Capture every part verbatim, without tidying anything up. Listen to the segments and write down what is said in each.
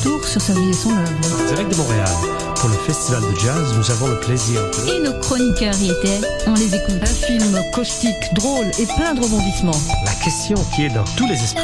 retour sur sa vie et son œuvre. Direct de Montréal, pour le Festival de Jazz, nous avons le plaisir de... Et nos chroniqueurs y étaient, on les écoute. Un film caustique, drôle et plein de rebondissements. La question qui est dans tous les esprits.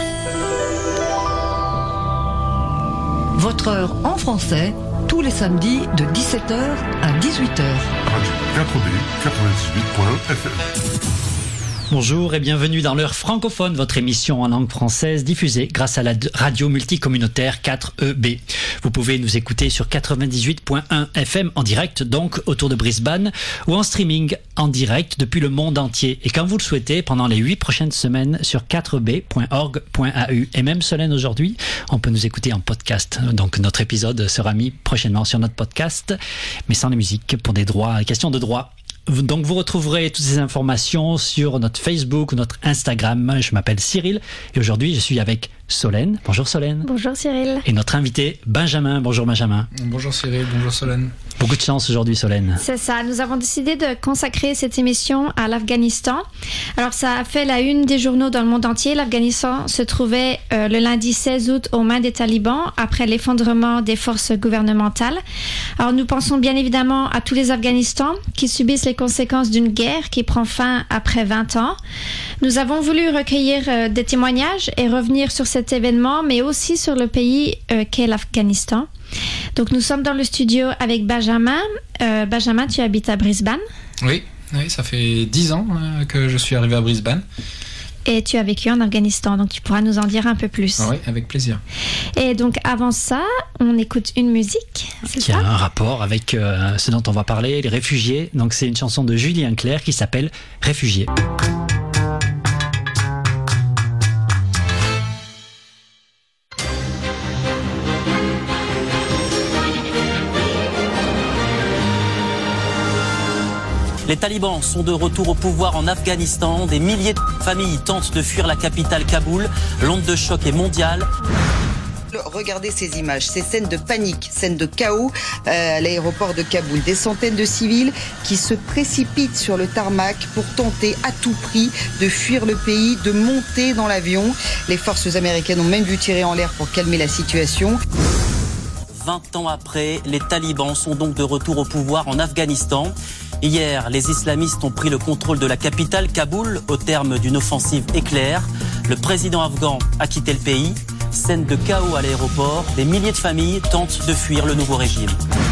Votre heure en français, tous les samedis de dix-sept heures à dix-huit heures. Radio quatre B quatre-vingt-dix-huit point F M. Bonjour et bienvenue dans l'heure francophone, votre émission en langue française diffusée grâce à la radio multicommunautaire quatre E B. Vous pouvez nous écouter sur quatre-vingt-dix-huit point un F M en direct, donc autour de Brisbane, ou en streaming en direct depuis le monde entier. Et quand vous le souhaitez, pendant les huit prochaines semaines sur quatre b point org point a u. Et même Solène aujourd'hui, on peut nous écouter en podcast. Donc notre épisode sera mis prochainement sur notre podcast, mais sans la musique, pour des droits, questions de droit. Donc vous retrouverez toutes ces informations sur notre Facebook ou notre Instagram. Je m'appelle Cyril et aujourd'hui je suis avec Solène. Bonjour Solène. Bonjour Cyril. Et notre invité Benjamin. Bonjour Benjamin. Bonjour Cyril, bonjour Solène. Beaucoup de chance aujourd'hui Solène. C'est ça, nous avons décidé de consacrer cette émission à l'Afghanistan. Alors ça a fait la une des journaux dans le monde entier. L'Afghanistan se trouvait euh, le lundi seize août aux mains des talibans après l'effondrement des forces gouvernementales. Alors nous pensons bien évidemment à tous les Afghanistans qui subissent les conséquences d'une guerre qui prend fin après vingt ans. Nous avons voulu recueillir euh, des témoignages et revenir sur cet événement, mais aussi sur le pays euh, qu'est l'Afghanistan. Donc nous sommes dans le studio avec Benjamin. Euh, Benjamin, tu habites à Brisbane. Oui, oui, ça fait dix ans euh, que je suis arrivé à Brisbane. Et tu as vécu en Afghanistan, donc tu pourras nous en dire un peu plus. Oui, avec plaisir. Et donc avant ça, on écoute une musique, c'est qui ça ? a un rapport avec euh, ce dont on va parler, les réfugiés. Donc c'est une chanson de Julien Clerc qui s'appelle « Réfugiés ». Les talibans sont de retour au pouvoir en Afghanistan. Des milliers de familles tentent de fuir la capitale Kaboul. L'onde de choc est mondiale. Regardez ces images, ces scènes de panique, scènes de chaos euh, à l'aéroport de Kaboul. Des centaines de civils qui se précipitent sur le tarmac pour tenter à tout prix de fuir le pays, de monter dans l'avion. Les forces américaines ont même dû tirer en l'air pour calmer la situation. vingt ans après, les talibans sont donc de retour au pouvoir en Afghanistan. Hier, les islamistes ont pris le contrôle de la capitale, Kaboul, au terme d'une offensive éclair. Le président afghan a quitté le pays. Scène de chaos à l'aéroport. Des milliers de familles tentent de fuir le nouveau régime.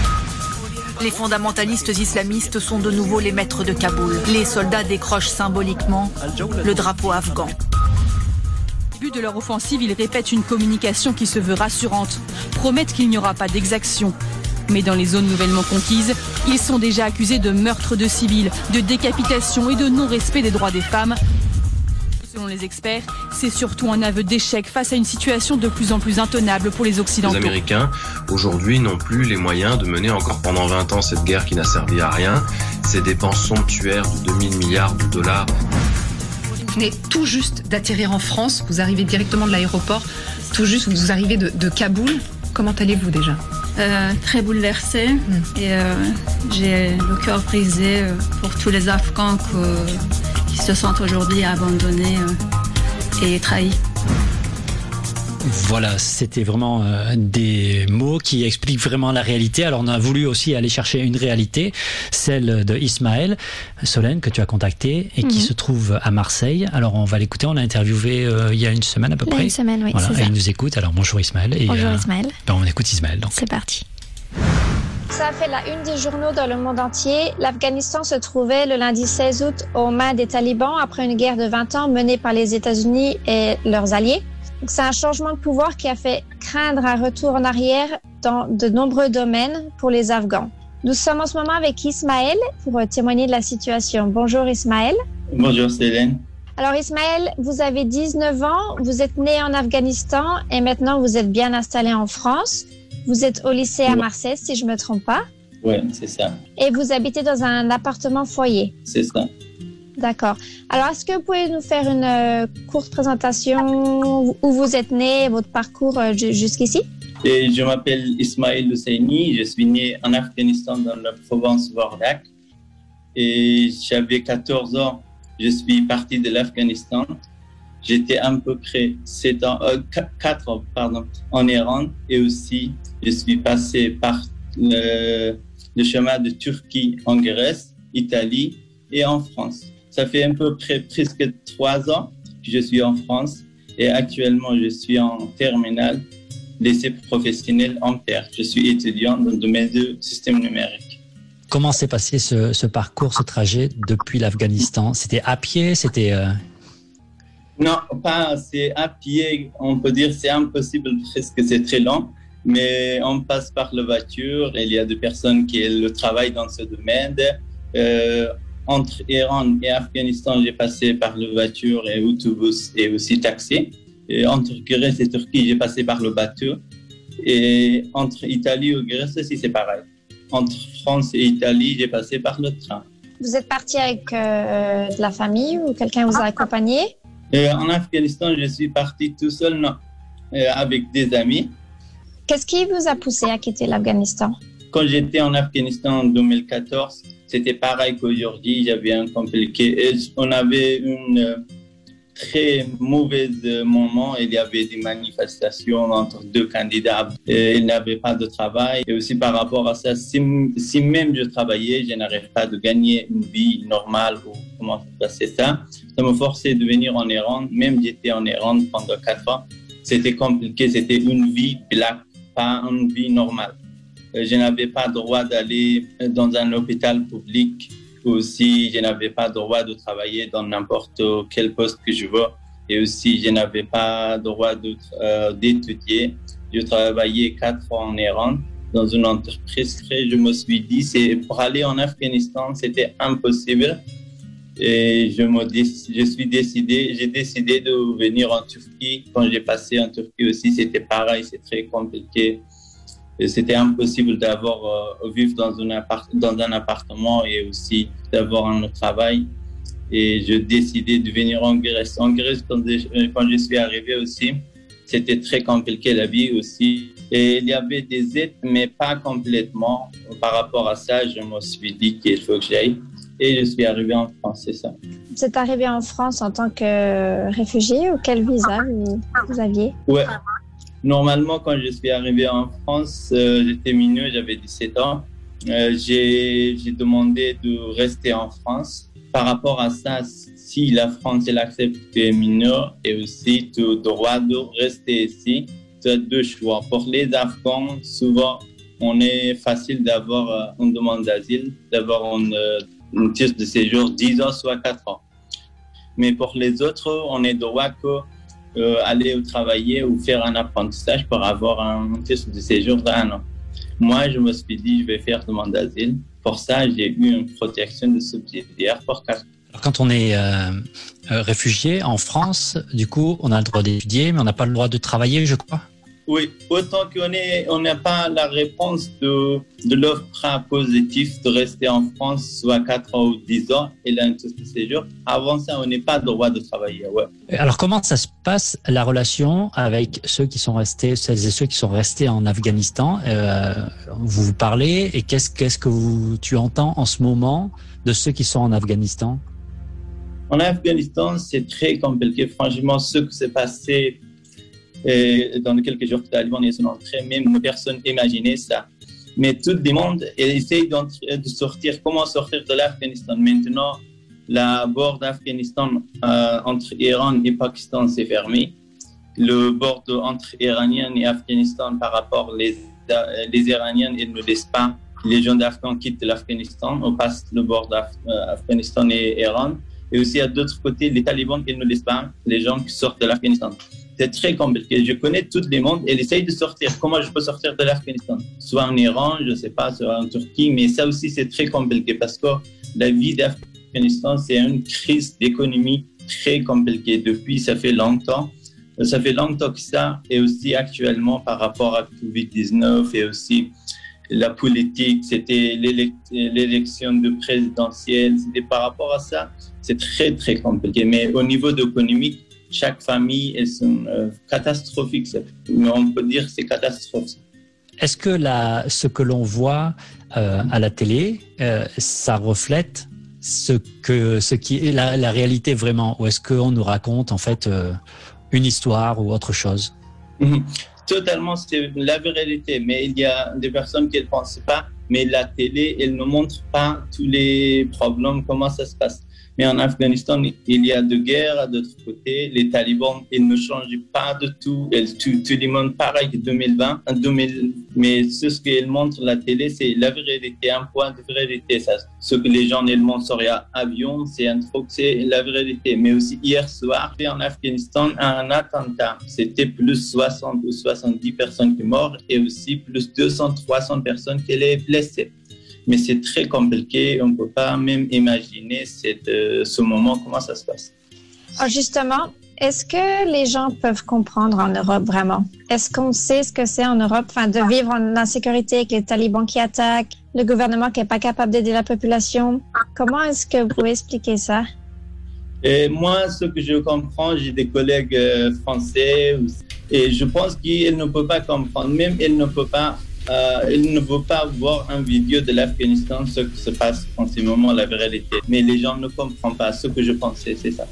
Les fondamentalistes islamistes sont de nouveau les maîtres de Kaboul. Les soldats décrochent symboliquement le drapeau afghan. Au début de leur offensive, ils répètent une communication qui se veut rassurante, promettent qu'il n'y aura pas d'exaction. Mais dans les zones nouvellement conquises, ils sont déjà accusés de meurtre de civils, de décapitation et de non-respect des droits des femmes. Selon les experts, c'est surtout un aveu d'échec face à une situation de plus en plus intenable pour les Occidentaux. Les Américains, aujourd'hui, n'ont plus les moyens de mener encore pendant vingt ans cette guerre qui n'a servi à rien. Ces dépenses somptuaires de deux mille milliards de dollars. Vous venez tout juste d'atterrir en France, vous arrivez directement de l'aéroport, tout juste vous arrivez de, de Kaboul. Comment allez-vous déjà ? Euh, très bouleversée mmh. et euh, j'ai le cœur brisé euh, pour tous les Afghans que, qui se sentent aujourd'hui abandonnés euh, et trahis. Voilà, c'était vraiment euh, des mots qui expliquent vraiment la réalité. Alors on a voulu aussi aller chercher une réalité, celle de Ismaël, Solène, que tu as contacté et mmh. qui se trouve à Marseille. Alors on va l'écouter, on l'a interviewé euh, il y a une semaine à peu il près. Une semaine, oui, voilà, c'est et ça. il nous écoute. Alors bonjour Ismaël. Et, bonjour euh, Ismaël. Ben, on écoute Ismaël. Donc. C'est parti. Ça a fait la une des journaux dans le monde entier. L'Afghanistan se trouvait le lundi seize août aux mains des talibans après une guerre de vingt ans menée par les États-Unis et leurs alliés. Donc, c'est un changement de pouvoir qui a fait craindre un retour en arrière dans de nombreux domaines pour les Afghans. Nous sommes en ce moment avec Ismaël pour témoigner de la situation. Bonjour Ismaël. Bonjour Céline. Alors Ismaël, vous avez dix-neuf ans, vous êtes né en Afghanistan et maintenant vous êtes bien installé en France. Vous êtes au lycée à Marseille, si je ne me trompe pas. Oui, c'est ça. Et vous habitez dans un appartement foyer. C'est ça. D'accord. Alors, est-ce que vous pouvez nous faire une euh, courte présentation où vous êtes né, votre parcours euh, jusqu'ici? Et je m'appelle Ismaël Husseini, je suis né en Afghanistan dans la province Wardak. Et j'avais quatorze ans, je suis parti de l'Afghanistan. J'étais à peu près sept ans, euh, quatre ans pardon, en Iran et aussi je suis passé par le, le chemin de Turquie en Grèce, Italie et en France. Ça fait à peu près presque trois ans que je suis en France et actuellement je suis en terminale lycée professionnel Ampère. Je suis étudiant dans le domaine du système numérique. Comment s'est passé ce, ce parcours, ce trajet depuis l'Afghanistan? C'était à pied, c'était... Euh... Non, pas c'est à pied, on peut dire c'est impossible presque, c'est très long, mais on passe par la voiture, il y a des personnes qui le travaillent dans ce domaine. Euh, entre Iran et Afghanistan, j'ai passé par la voiture et autobus et aussi taxi. Et entre Grèce et Turquie, j'ai passé par le bateau. Et entre Italie et Grèce aussi, c'est pareil. Entre France et Italie, j'ai passé par le train. Vous êtes parti avec euh, de la famille ou quelqu'un vous a accompagné? Euh, en Afghanistan, je suis parti tout seul, non, euh, avec des amis. Qu'est-ce qui vous a poussé à quitter l'Afghanistan? Quand j'étais en Afghanistan en deux mille quatorze, c'était pareil qu'aujourd'hui, j'avais un compliqué. Et on avait une euh, très mauvais moment. Il y avait des manifestations entre deux candidats. Et il n'y avait pas de travail. Et aussi par rapport à ça, si, si même je travaillais, je n'arrivais pas de gagner une vie normale ou comment se passait ça. Ça me forçait de venir en Iran. Même j'étais en Iran pendant quatre ans. C'était compliqué. C'était une vie black, pas une vie normale. Je n'avais pas le droit d'aller dans un hôpital public. Aussi, je n'avais pas le droit de travailler dans n'importe quel poste que je veux. Et aussi, je n'avais pas le droit de, euh, d'étudier. Je travaillais quatre fois en Iran dans une entreprise. Je me suis dit, c'est, pour aller en Afghanistan, c'était impossible. Et je, me, je suis décidé, j'ai décidé de venir en Turquie. Quand j'ai passé en Turquie aussi, c'était pareil, c'est très compliqué. C'était impossible d'avoir euh, vivre dans un, appart- dans un appartement et aussi d'avoir un travail. Et j'ai décidé de venir en Grèce. En Grèce, quand je, quand je suis arrivé aussi, c'était très compliqué la vie aussi. Et il y avait des aides, mais pas complètement. Par rapport à ça, je me suis dit qu'il faut que j'aille. Et je suis arrivé en France, c'est ça. Vous êtes arrivé en France en tant que réfugié ou quel visa vous, vous aviez? Ouais. Normalement, quand je suis arrivé en France, euh, j'étais mineur, j'avais dix-sept ans. Euh, j'ai, j'ai demandé de rester en France. Par rapport à ça, si la France elle accepte que tu es mineur et aussi tu as le droit de rester ici, tu as deux choix. Pour les Afghans, souvent, on est facile d'avoir une demande d'asile, d'avoir une, une titre de séjour dix ans, soit quatre ans. Mais pour les autres, on est droit que Euh, aller travailler ou faire un apprentissage pour avoir un titre de séjour d'un an. Moi, je me suis dit, je vais faire demande d'asile. Pour ça, j'ai eu une protection de subsidiaire pour quatre ans. Alors, quand on est euh, euh, réfugié en France, du coup, on a le droit d'étudier, mais on n'a pas le droit de travailler, je crois. Oui, autant qu'on est, on n'a pas la réponse de, de l'offre positive de rester en France, soit quatre ans ou dix ans, et là, un titre de séjour. Avant ça, on n'est pas le droit de travailler. Ouais. Alors, comment ça se passe, la relation avec ceux qui sont restés, celles et ceux qui sont restés en Afghanistan? euh, Vous vous parlez, et qu'est-ce, qu'est-ce que vous, tu entends en ce moment de ceux qui sont en Afghanistan? En Afghanistan, c'est très compliqué. Franchement, ce qui s'est passé Et dans quelques jours, les talibans sont entrés, même personne n'imaginait ça. Mais tout le monde essaye de sortir. Comment sortir de l'Afghanistan? Maintenant, la bord d'Afghanistan euh, entre Iran et Pakistan s'est fermé. Le bord de, entre Iraniens et Afghanistan par rapport les les Iraniens, ils ne laissent pas les gens d'Afghan quittent l'Afghanistan. On passe le bord d'Afghanistan et Iran. Et aussi à d'autres côtés, les talibans, ils ne laissent pas les gens qui sortent de l'Afghanistan. C'est très compliqué. Je connais tout le monde et essaye de sortir. Comment je peux sortir de l'Afghanistan? Soit en Iran, je ne sais pas, soit en Turquie, mais ça aussi c'est très compliqué parce que la vie d'Afghanistan, c'est une crise d'économie très compliquée. Depuis, ça fait longtemps. Ça fait longtemps que ça, et aussi actuellement par rapport à covid dix-neuf et aussi la politique, c'était l'élection de présidentielle, c'était par rapport à ça, c'est très très compliqué. Mais au niveau de l'économie, chaque famille est euh, catastrophique. Mais on peut dire que c'est catastrophique. Est-ce que la, ce que l'on voit euh, à la télé, euh, ça reflète ce que ce qui est la, la réalité vraiment, ou est-ce qu'on nous raconte en fait euh, une histoire ou autre chose? Mmh. Totalement, c'est la réalité. Mais il y a des personnes qui ne pensent pas. Mais la télé, elle ne montre pas tous les problèmes, comment ça se passe. Mais en Afghanistan, il y a de guerres de l'autre côté. Les talibans, ils ne changent pas de tout. Ils tuent tout le monde pareil que deux mille vingt. deux mille Mais ce qu'elle montre la télé, c'est la vérité, un point de vérité. Ça, ce que les gens ils montrent sur l'avion, c'est un truc, c'est la vérité. Mais aussi hier soir, en Afghanistan, un attentat. C'était plus soixante ou soixante-dix personnes qui sont mortes et aussi plus deux cents, trois cents personnes qui sont blessées. Mais c'est très compliqué, on ne peut pas même imaginer cette, euh, ce moment, comment ça se passe. Alors justement, est-ce que les gens peuvent comprendre en Europe vraiment? Est-ce qu'on sait ce que c'est en Europe, enfin, de vivre en insécurité avec les talibans qui attaquent, le gouvernement qui n'est pas capable d'aider la population? Comment est-ce que vous pouvez expliquer ça? Et moi, ce que je comprends, j'ai des collègues euh, français et je pense qu'ils ne peuvent pas comprendre, même ils ne peuvent pas Euh, il ne veut pas voir une vidéo de l'Afghanistan, ce qui se passe en ce moment, la réalité. Mais les gens ne comprennent pas ce que je pensais, c'est ça.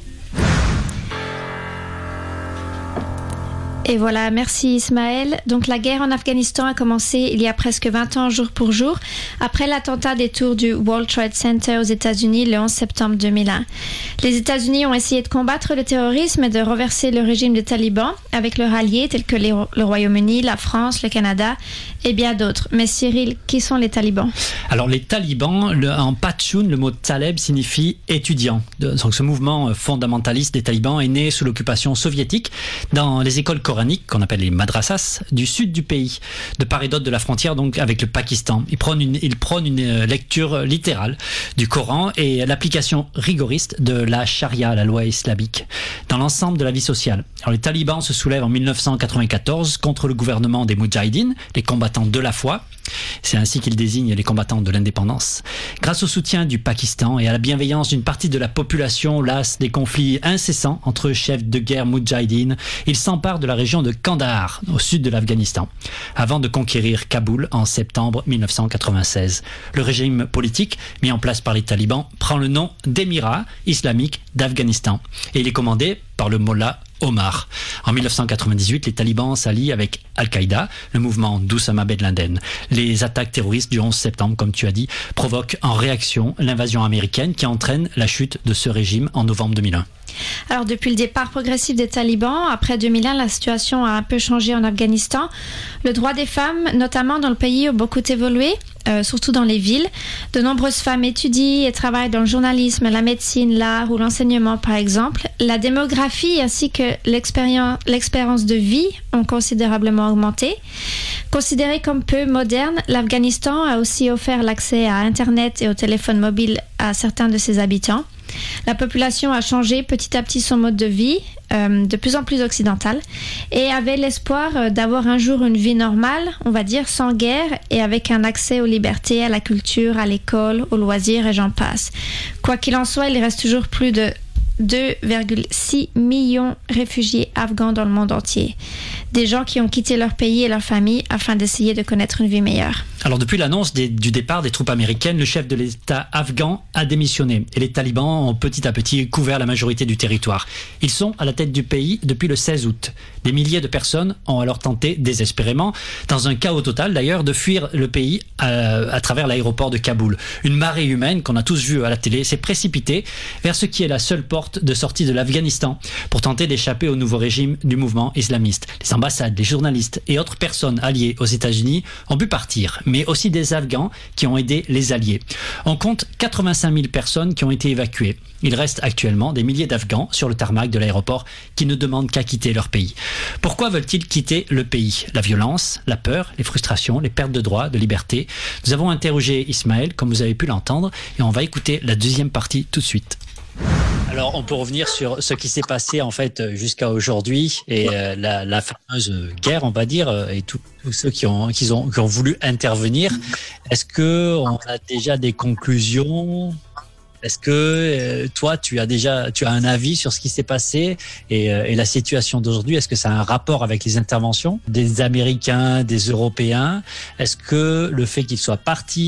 Et voilà, merci Ismaël. Donc la guerre en Afghanistan a commencé il y a presque vingt ans jour pour jour, après l'attentat des tours du World Trade Center aux États-Unis le onze septembre deux mille un. Les États-Unis ont essayé de combattre le terrorisme et de renverser le régime des talibans avec leurs alliés tels que les, le Royaume-Uni, la France, le Canada et bien d'autres. Mais Cyril, qui sont les talibans? Alors les talibans, le, en Pashtun, le mot taleb signifie étudiant. Donc ce mouvement fondamentaliste des talibans est né sous l'occupation soviétique dans les écoles coraniques qu'on appelle les madrasas du sud du pays, de part et d'autre de la frontière donc avec le Pakistan. Ils prônent une, ils prônent une lecture littérale du Coran et l'application rigoriste de la charia, la loi islamique, dans l'ensemble de la vie sociale. Alors les talibans se soulèvent en mille neuf cent quatre-vingt-quatorze contre le gouvernement des Moudjahidines, les combattants de la foi. C'est ainsi qu'ils désignent les combattants de l'indépendance. Grâce au soutien du Pakistan et à la bienveillance d'une partie de la population lasse des conflits incessants entre chefs de guerre moudjahidines, ils s'emparent de la région de Kandahar, au sud de l'Afghanistan, avant de conquérir Kaboul en septembre mille neuf cent quatre-vingt-seize. Le régime politique mis en place par les talibans prend le nom d'Émirat islamique d'Afghanistan et il est commandé par le Mollah Omar. En mille neuf cent quatre-vingt-dix-huit, les talibans s'allient avec Al-Qaïda, le mouvement d'Oussama Ben Laden. Les attaques terroristes du onze septembre, comme tu as dit, provoquent en réaction l'invasion américaine qui entraîne la chute de ce régime en novembre deux mille un. Alors depuis le départ progressif des talibans, après deux mille un, la situation a un peu changé en Afghanistan. Le droit des femmes, notamment dans le pays, a beaucoup évolué, euh, surtout dans les villes. De nombreuses femmes étudient et travaillent dans le journalisme, la médecine, l'art ou l'enseignement par exemple. La démographie ainsi que l'expérience, l'expérience de vie ont considérablement augmenté. Considéré comme peu moderne, l'Afghanistan a aussi offert l'accès à Internet et au téléphone mobile à certains de ses habitants. La population a changé petit à petit son mode de vie, euh, de plus en plus occidental, et avait l'espoir d'avoir un jour une vie normale, on va dire, sans guerre, et avec un accès aux libertés, à la culture, à l'école, aux loisirs, et j'en passe. Quoi qu'il en soit, il reste toujours plus de deux virgule six millions de réfugiés afghans dans le monde entier. Des gens qui ont quitté leur pays et leur famille afin d'essayer de connaître une vie meilleure. Alors depuis l'annonce des, du départ des troupes américaines, le chef de l'État afghan a démissionné et les talibans ont petit à petit couvert la majorité du territoire. Ils sont à la tête du pays depuis le seize août. Des milliers de personnes ont alors tenté désespérément, dans un chaos total d'ailleurs, de fuir le pays à, à travers l'aéroport de Kaboul. Une marée humaine qu'on a tous vue à la télé s'est précipitée vers ce qui est la seule porte de sortie de l'Afghanistan pour tenter d'échapper au nouveau régime du mouvement islamiste. Les ambassades, les journalistes et autres personnes alliées aux États-Unis ont pu partir, mais aussi des Afghans qui ont aidé les alliés. On compte quatre-vingt-cinq mille personnes qui ont été évacuées. Il reste actuellement des milliers d'Afghans sur le tarmac de l'aéroport qui ne demandent qu'à quitter leur pays. Pourquoi veulent-ils quitter le pays? La violence, la peur, les frustrations, les pertes de droits, de liberté. Nous avons interrogé Ismaël, comme vous avez pu l'entendre, et on va écouter la deuxième partie tout de suite. Alors, on peut revenir sur ce qui s'est passé en fait jusqu'à aujourd'hui et euh, la, la fameuse guerre, on va dire, et tous ceux qui ont, qui, ont, qui ont voulu intervenir. Est-ce que on a déjà des conclusions? Est-ce que euh, toi, tu as déjà, tu as un avis sur ce qui s'est passé et, euh, et la situation d'aujourd'hui? Est-ce que ça a un rapport avec les interventions des Américains, des Européens? Est-ce que le fait qu'ils soient partis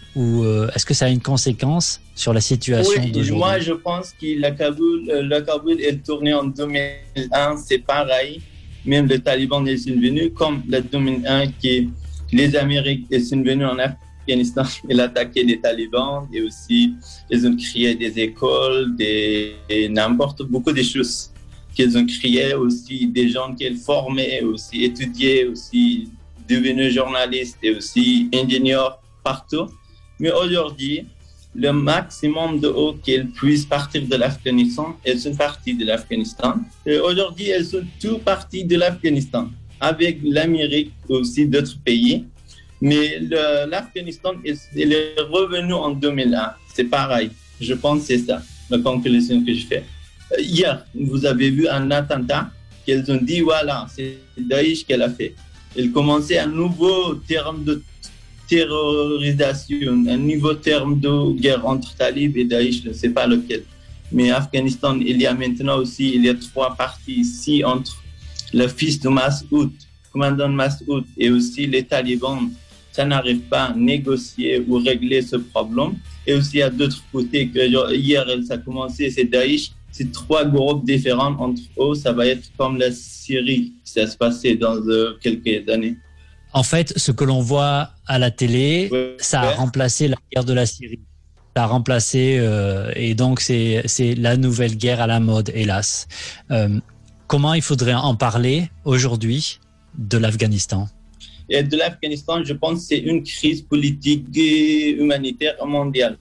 ou euh, est-ce que ça a une conséquence sur la situation oui, d'aujourd'hui? Moi, je pense que la Kaboul, la Kaboul est tournée en deux mille un, c'est pareil. Même les talibans ils sont venus, comme la deux mille un, qui les Américains sont venus en Afghanistan, ils attaquaient les talibans et aussi ils ont créé des écoles, des, n'importe beaucoup de choses qu'ils ont créées, aussi des gens qu'ils formaient, aussi étudiaient, aussi devenus journalistes et aussi ingénieurs partout. Mais aujourd'hui, le maximum de eau qu'elles puissent partir de l'Afghanistan, elles sont parties de l'Afghanistan. Et aujourd'hui, elles sont toutes parties de l'Afghanistan, avec l'Amérique aussi d'autres pays. Mais le, l'Afghanistan, il est revenu en deux mille un. C'est pareil. Je pense que c'est ça, la conclusion que je fais. Hier, vous avez vu un attentat qu'elles ont dit, voilà, c'est Daesh qu'elle a fait. Elle commençait un nouveau terme de terrorisation, un nouveau terme de guerre entre talibs et Daesh, je ne sais pas lequel. Mais Afghanistan, il y a maintenant aussi, il y a trois parties ici entre le fils de Massoud, commandant Massoud, et aussi les talibans. Ça n'arrive pas à négocier ou régler ce problème. Et aussi à d'autres côtés, que hier, ça a commencé, c'est Daesh. C'est trois groupes différents entre eux. Ça va être comme la Syrie, ça se passait dans euh, quelques années. En fait, ce que l'on voit à la télé, ouais, ça a ouais. remplacé la guerre de la Syrie. Ça a remplacé, euh, et donc c'est, c'est la nouvelle guerre à la mode, hélas. Euh, comment il faudrait en parler aujourd'hui de l'Afghanistan? Et de l'Afghanistan, je pense que c'est une crise politique et humanitaire mondiale.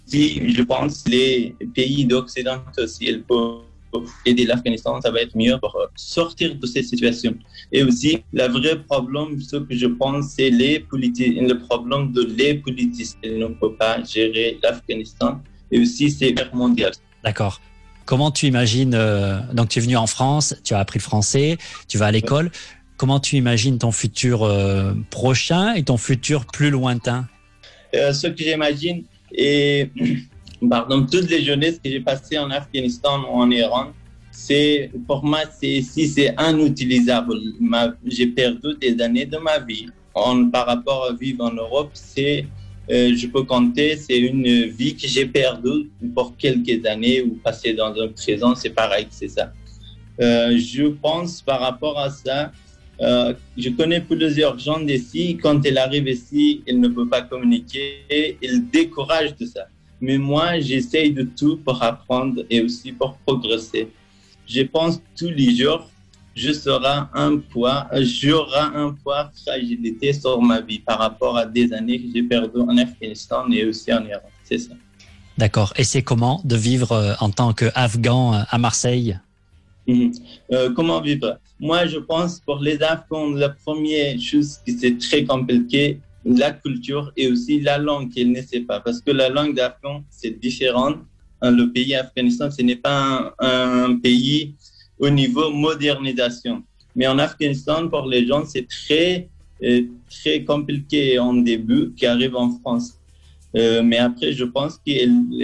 Si je pense que les pays d'Occident aussi, ils peuvent aider l'Afghanistan, ça va être mieux pour sortir de cette situation. Et aussi, le vrai problème, ce que je pense, c'est les politiciens, le problème de les politiciens. Ils ne peuvent pas gérer l'Afghanistan. Et aussi, c'est guerre mondiale. D'accord. Comment tu imagines, euh, donc tu es venu en France, tu as appris le français, tu vas à l'école. Ouais. Comment tu imagines ton futur euh, prochain et ton futur plus lointain? euh, Ce que j'imagine, et pardon, toutes les jeunesses que j'ai passées en Afghanistan ou en Iran, c'est, pour moi, c'est, si c'est inutilisable. Ma, j'ai perdu des années de ma vie. En, par rapport à vivre en Europe, c'est, euh, je peux compter, c'est une vie que j'ai perdue pour quelques années ou passer dans une prison, c'est pareil, c'est ça. Euh, je pense par rapport à ça, Euh, je connais plusieurs gens d'ici, quand ils arrivent ici, ils ne peuvent pas communiquer, ils découragent de ça. Mais moi, j'essaye de tout pour apprendre et aussi pour progresser. Je pense tous les jours, je serai un poids, j'aurai un poids fragilité sur ma vie par rapport à des années que j'ai perdues en Afghanistan et aussi en Iran. C'est ça. D'accord. Et c'est comment de vivre en tant qu'Afghan à Marseille? Mmh. Euh, comment vivre? Moi, je pense pour les Afghans, la première chose qui c'est très compliqué, la culture et aussi la langue qu'ils ne savent pas. Parce que la langue d'Afghan, c'est différent. Le pays Afghanistan, ce n'est pas un, un pays au niveau modernisation. Mais en Afghanistan, pour les gens, c'est très, euh, très compliqué en début qui arrive en France. Euh, mais après, je pense que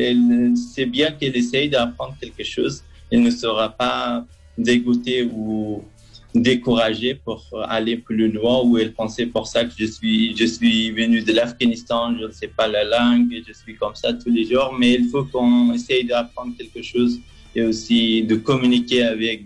c'est bien qu'elle essaye d'apprendre quelque chose. Elle ne sera pas dégoûtée ou découragée pour aller plus loin, ou elle pensait pour ça que je suis, je suis venu de l'Afghanistan, je ne sais pas la langue, je suis comme ça tous les jours, mais il faut qu'on essaye d'apprendre quelque chose et aussi de communiquer avec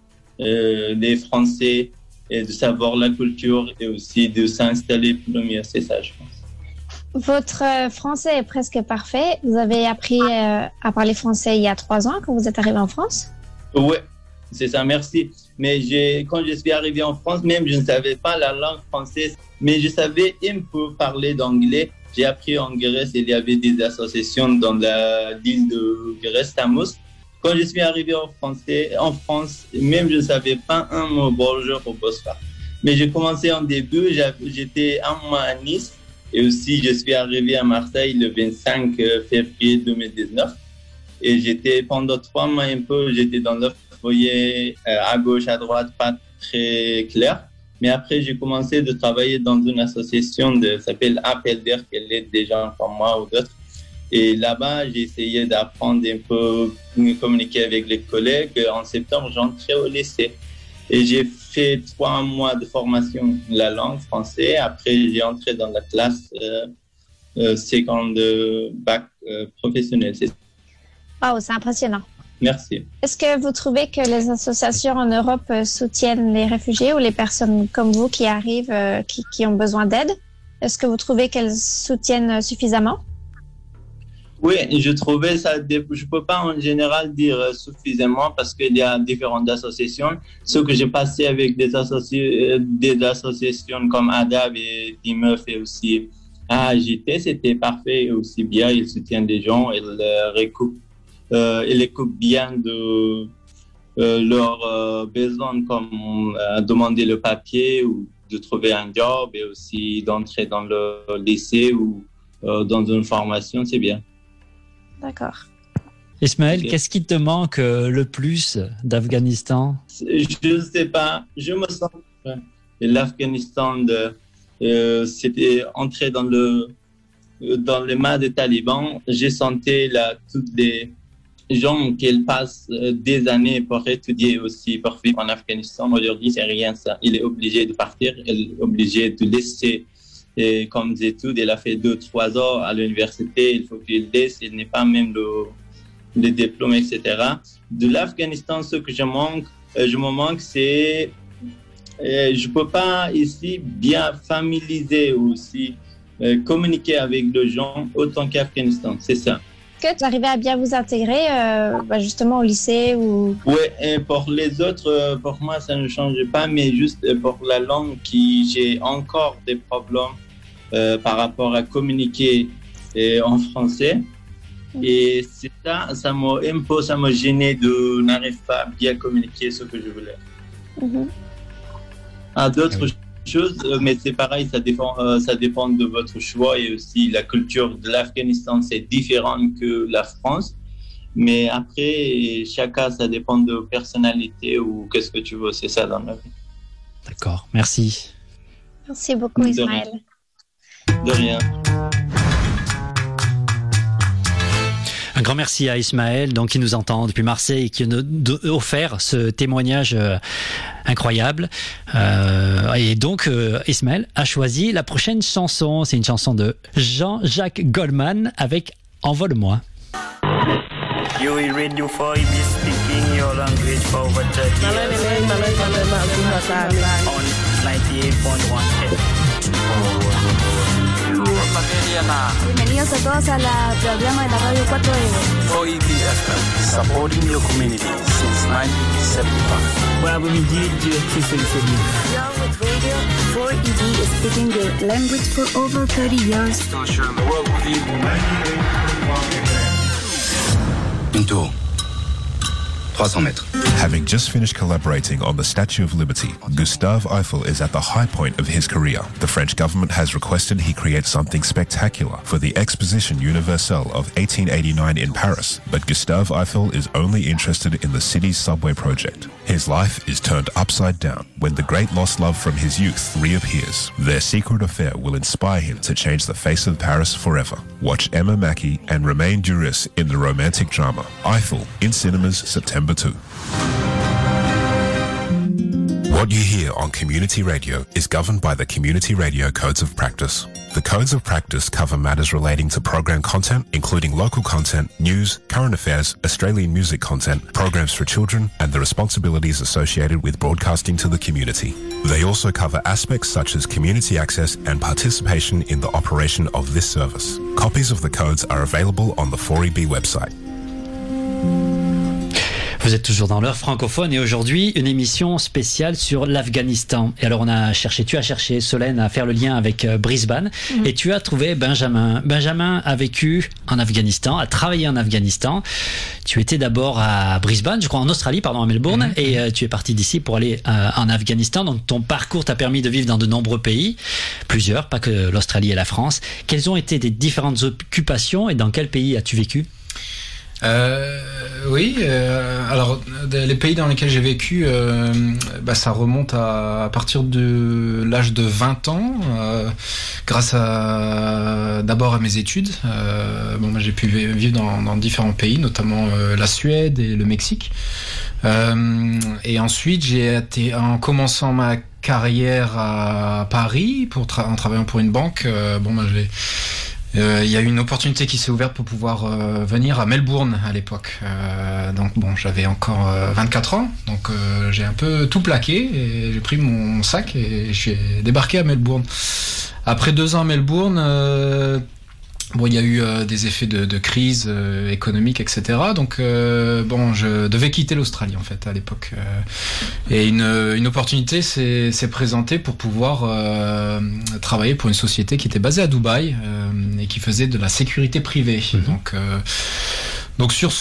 euh, les Français et de savoir la culture et aussi de s'installer pour le mieux, c'est ça je pense. Votre français est presque parfait. Vous avez appris euh, à parler français il y a trois ans quand vous êtes arrivé en France? Oui, c'est ça, merci. Mais j'ai, quand je suis arrivé en France, même je ne savais pas la langue française, mais je savais un peu parler d'anglais. J'ai appris en Grèce, il y avait des associations dans la, l'île de Grèce, Samos. Quand je suis arrivé en, français, en France, même je ne savais pas un mot bonjour au bonsoir. Mais j'ai commencé en début, j'étais un mois à Nice. Et aussi, je suis arrivé à Marseille le vingt-cinq février deux mille dix-neuf. Et j'étais pendant trois mois un peu, j'étais dans le foyer à gauche, à droite, pas très clair. Mais après, j'ai commencé de travailler dans une association qui s'appelle Appel d'air, qui aide des gens comme moi ou d'autres. Et là-bas, j'ai essayé d'apprendre un peu, de communiquer avec les collègues. En septembre, j'entrais au lycée. Et j'ai fait trois mois de formation de la langue française. Après, j'ai entré dans la classe euh, euh, seconde bac euh, professionnel. C'est... Wow, c'est impressionnant. Merci. Est-ce que vous trouvez que les associations en Europe soutiennent les réfugiés ou les personnes comme vous qui arrivent, euh, qui, qui ont besoin d'aide? Est-ce que vous trouvez qu'elles soutiennent suffisamment? Oui, je trouvais ça, je peux pas en général dire suffisamment parce qu'il y a différentes associations. Ce que j'ai passé avec des, associ... des associations comme ADAB et Timeuf et aussi A G T, c'était parfait et aussi bien. Ils soutiennent des gens, ils recoupent, euh, ils recoupent bien de euh, leurs euh, besoins comme euh, demander le papier ou de trouver un job et aussi d'entrer dans le lycée ou euh, dans une formation, c'est bien. D'accord. Ismaël, okay. Qu'est-ce qui te manque le plus d'Afghanistan? Je ne sais pas. Je me sens que l'Afghanistan, de, euh, c'était entré dans le dans les mains des talibans. J'ai senti là tous les gens qui passent des années pour étudier aussi, pour vivre en Afghanistan. Aujourd'hui, c'est rien ça. Il est obligé de partir. Il est obligé de laisser. Et comme études, il a fait deux, trois ans à l'université, il faut qu'il laisse, il n'est pas même le, le diplôme, et cetera. De l'Afghanistan, ce que je manque, je me manque, c'est, je ne peux pas ici bien familiariser aussi, communiquer avec les gens autant qu'Afghanistan, c'est ça. Est-ce que vous arrivez à bien vous intégrer euh, bah justement au lycée ou... Oui, et pour les autres, pour moi, ça ne change pas, mais juste pour la langue, qui j'ai encore des problèmes euh, par rapport à communiquer euh, en français. Mmh. Et c'est ça, ça m'a un peu, ça m'a gêné de n'arriver pas à bien communiquer ce que je voulais. Mmh. À d'autres oui. choses, mais c'est pareil, ça dépend, euh, ça dépend de votre choix et aussi la culture de l'Afghanistan, c'est différent que la France. Mais après, chacun, ça dépend de personnalité ou qu'est-ce que tu veux, c'est ça dans la vie. D'accord, merci. Merci beaucoup, Ismaël. De rien. Un grand merci à Ismaël, donc qui nous entend depuis Marseille et qui nous a offert ce témoignage euh, incroyable. Euh, et donc, euh, Ismaël a choisi la prochaine chanson. C'est une chanson de Jean-Jacques Goldman avec Envole-moi. You will read you for be speaking your language for over thirty years on ninety-eight point one F M. Bienvenidos a todos al programa de la Radio cuatro E. four E B F M, supporting your community since nineteen seventy-five. Well, we did You're with Radio four E B is speaking the language for over thirty years. Une tour. trois cents mètres. Having just finished collaborating on the Statue of Liberty, Gustave Eiffel is at the high point of his career. The French government has requested he create something spectacular for the Exposition Universelle of eighteen eighty-nine in Paris, but Gustave Eiffel is only interested in the city's subway project. His life is turned upside down when the great lost love from his youth reappears. Their secret affair will inspire him to change the face of Paris forever. Watch Emma Mackey and Romain Duris in the romantic drama Eiffel in cinemas September second. What you hear on Community Radio is governed by the Community Radio Codes of Practice. The Codes of Practice cover matters relating to program content, including local content, news, current affairs, Australian music content, programs for children, and the responsibilities associated with broadcasting to the community. They also cover aspects such as community access and participation in the operation of this service. Copies of the codes are available on the four E B website. Vous êtes toujours dans l'heure francophone et aujourd'hui une émission spéciale sur l'Afghanistan. Et alors on a cherché, tu as cherché Solène à faire le lien avec Brisbane mmh. et tu as trouvé Benjamin. Benjamin a vécu en Afghanistan, a travaillé en Afghanistan. Tu étais d'abord à Brisbane, je crois en Australie, pardon, à Melbourne, mmh. et euh, tu es parti d'ici pour aller euh, en Afghanistan. Donc ton parcours t'a permis de vivre dans de nombreux pays, plusieurs, pas que l'Australie et la France. Quelles ont été tes différentes occupations et dans quel pays as-tu vécu ? Euh, oui, euh, alors les pays dans lesquels j'ai vécu, euh, bah, ça remonte à, à partir de l'âge de vingt ans, euh, grâce à d'abord à mes études. Euh, bon, bah, j'ai pu vivre dans, dans différents pays, notamment euh, la Suède et le Mexique. Euh, et ensuite, j'ai été, en commençant ma carrière à Paris, pour tra- en travaillant pour une banque, euh, bon, bah, j'ai Euh, il y a eu une opportunité qui s'est ouverte pour pouvoir euh, venir à Melbourne à l'époque. Euh, donc bon, j'avais encore euh, vingt-quatre ans, donc euh, j'ai un peu tout plaqué et j'ai pris mon sac et je suis débarqué à Melbourne. Après deux ans à Melbourne, euh, bon, il y a eu euh, des effets de, de crise euh, économique, et cetera. Donc euh, bon, je devais quitter l'Australie en fait à l'époque. Euh, et une, une opportunité s'est, s'est présentée pour pouvoir euh, travailler pour une société qui était basée à Dubaï euh, et qui faisait de la sécurité privée. Mmh. Donc euh, Donc sur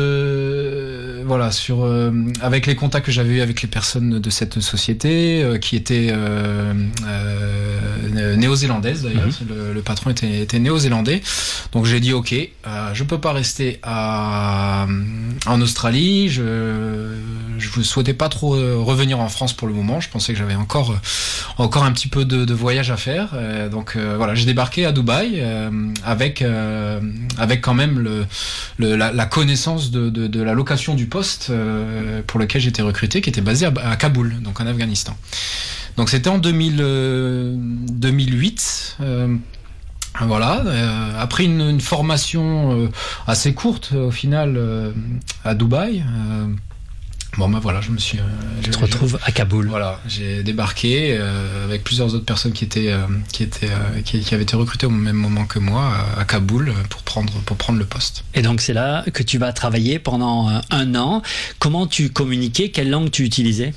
ce, voilà, sur euh, avec les contacts que j'avais eu avec les personnes de cette société, euh, qui étaient euh, euh, néo-zélandaises d'ailleurs, mmh. le, le patron était, était néo-zélandais. Donc j'ai dit ok, euh, je peux pas rester à, en Australie. Je je souhaitais pas trop revenir en France pour le moment. Je pensais que j'avais encore encore un petit peu de, de voyage à faire. Euh, donc euh, voilà, j'ai débarqué à Dubaï euh, avec euh, avec quand même le, le la, la connaissance de, de, de la location du poste euh, pour lequel j'étais recruté, qui était basé à, à Kaboul, donc en Afghanistan. Donc c'était en deux mille, euh, deux mille huit. Euh, Voilà. Euh, après une, une formation euh, assez courte au final euh, à Dubaï. Euh, Bon ben voilà, je me suis. Euh, tu te retrouves à Kaboul. Voilà, j'ai débarqué euh, avec plusieurs autres personnes qui étaient euh, qui étaient euh, qui, qui avaient été recrutées au même moment que moi à, à Kaboul pour prendre pour prendre le poste. Et donc c'est là que tu vas travailler pendant euh, un an. Comment tu communiquais? Quelle langue tu utilisais?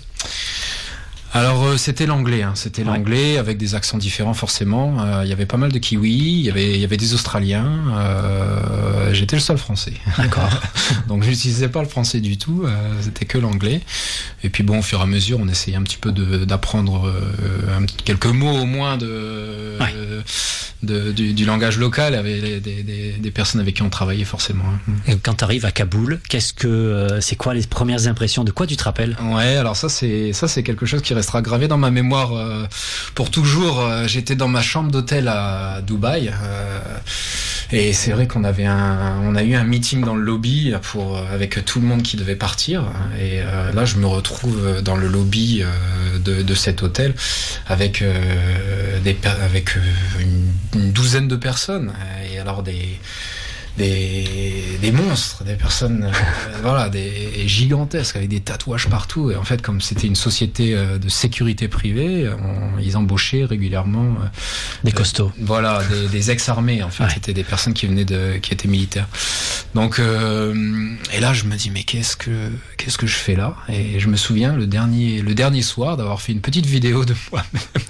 Alors euh, c'était l'anglais, hein. C'était ouais. l'anglais avec des accents différents forcément. Il euh, y avait pas mal de Kiwis, il y avait il y avait des Australiens. Euh, j'étais le seul Français. D'accord. Donc je n'utilisais pas le français du tout. Euh, c'était que l'anglais. Et puis bon, au fur et à mesure, on essayait un petit peu de, d'apprendre euh, un, quelques mots au moins de, ouais. euh, de du, du langage local avec des, des, des, des personnes avec qui on travaillait forcément. Et quand tu arrives à Kaboul, qu'est-ce que euh, c'est quoi les premières impressions? De quoi tu te rappelles? Ouais, alors ça c'est ça c'est quelque chose qui reste sera gravé dans ma mémoire euh, pour toujours. Euh, j'étais dans ma chambre d'hôtel à Dubaï euh, et c'est vrai qu'on avait un, on a eu un meeting dans le lobby pour avec tout le monde qui devait partir. Et euh, là, je me retrouve dans le lobby euh, de, de cet hôtel avec euh, des avec une, une douzaine de personnes. Et alors des Des, des monstres, des personnes euh, voilà, des gigantesques avec des tatouages partout. Et en fait, comme c'était une société euh, de sécurité privée, on, ils embauchaient régulièrement euh, des costauds. Euh, voilà, des, des ex-armés. En fait, ouais. C'était des personnes qui venaient de, qui étaient militaires. Donc, euh, et là, je me dis mais qu'est-ce que qu'est-ce que je fais là? Et je me souviens le dernier le dernier soir d'avoir fait une petite vidéo de moi-même.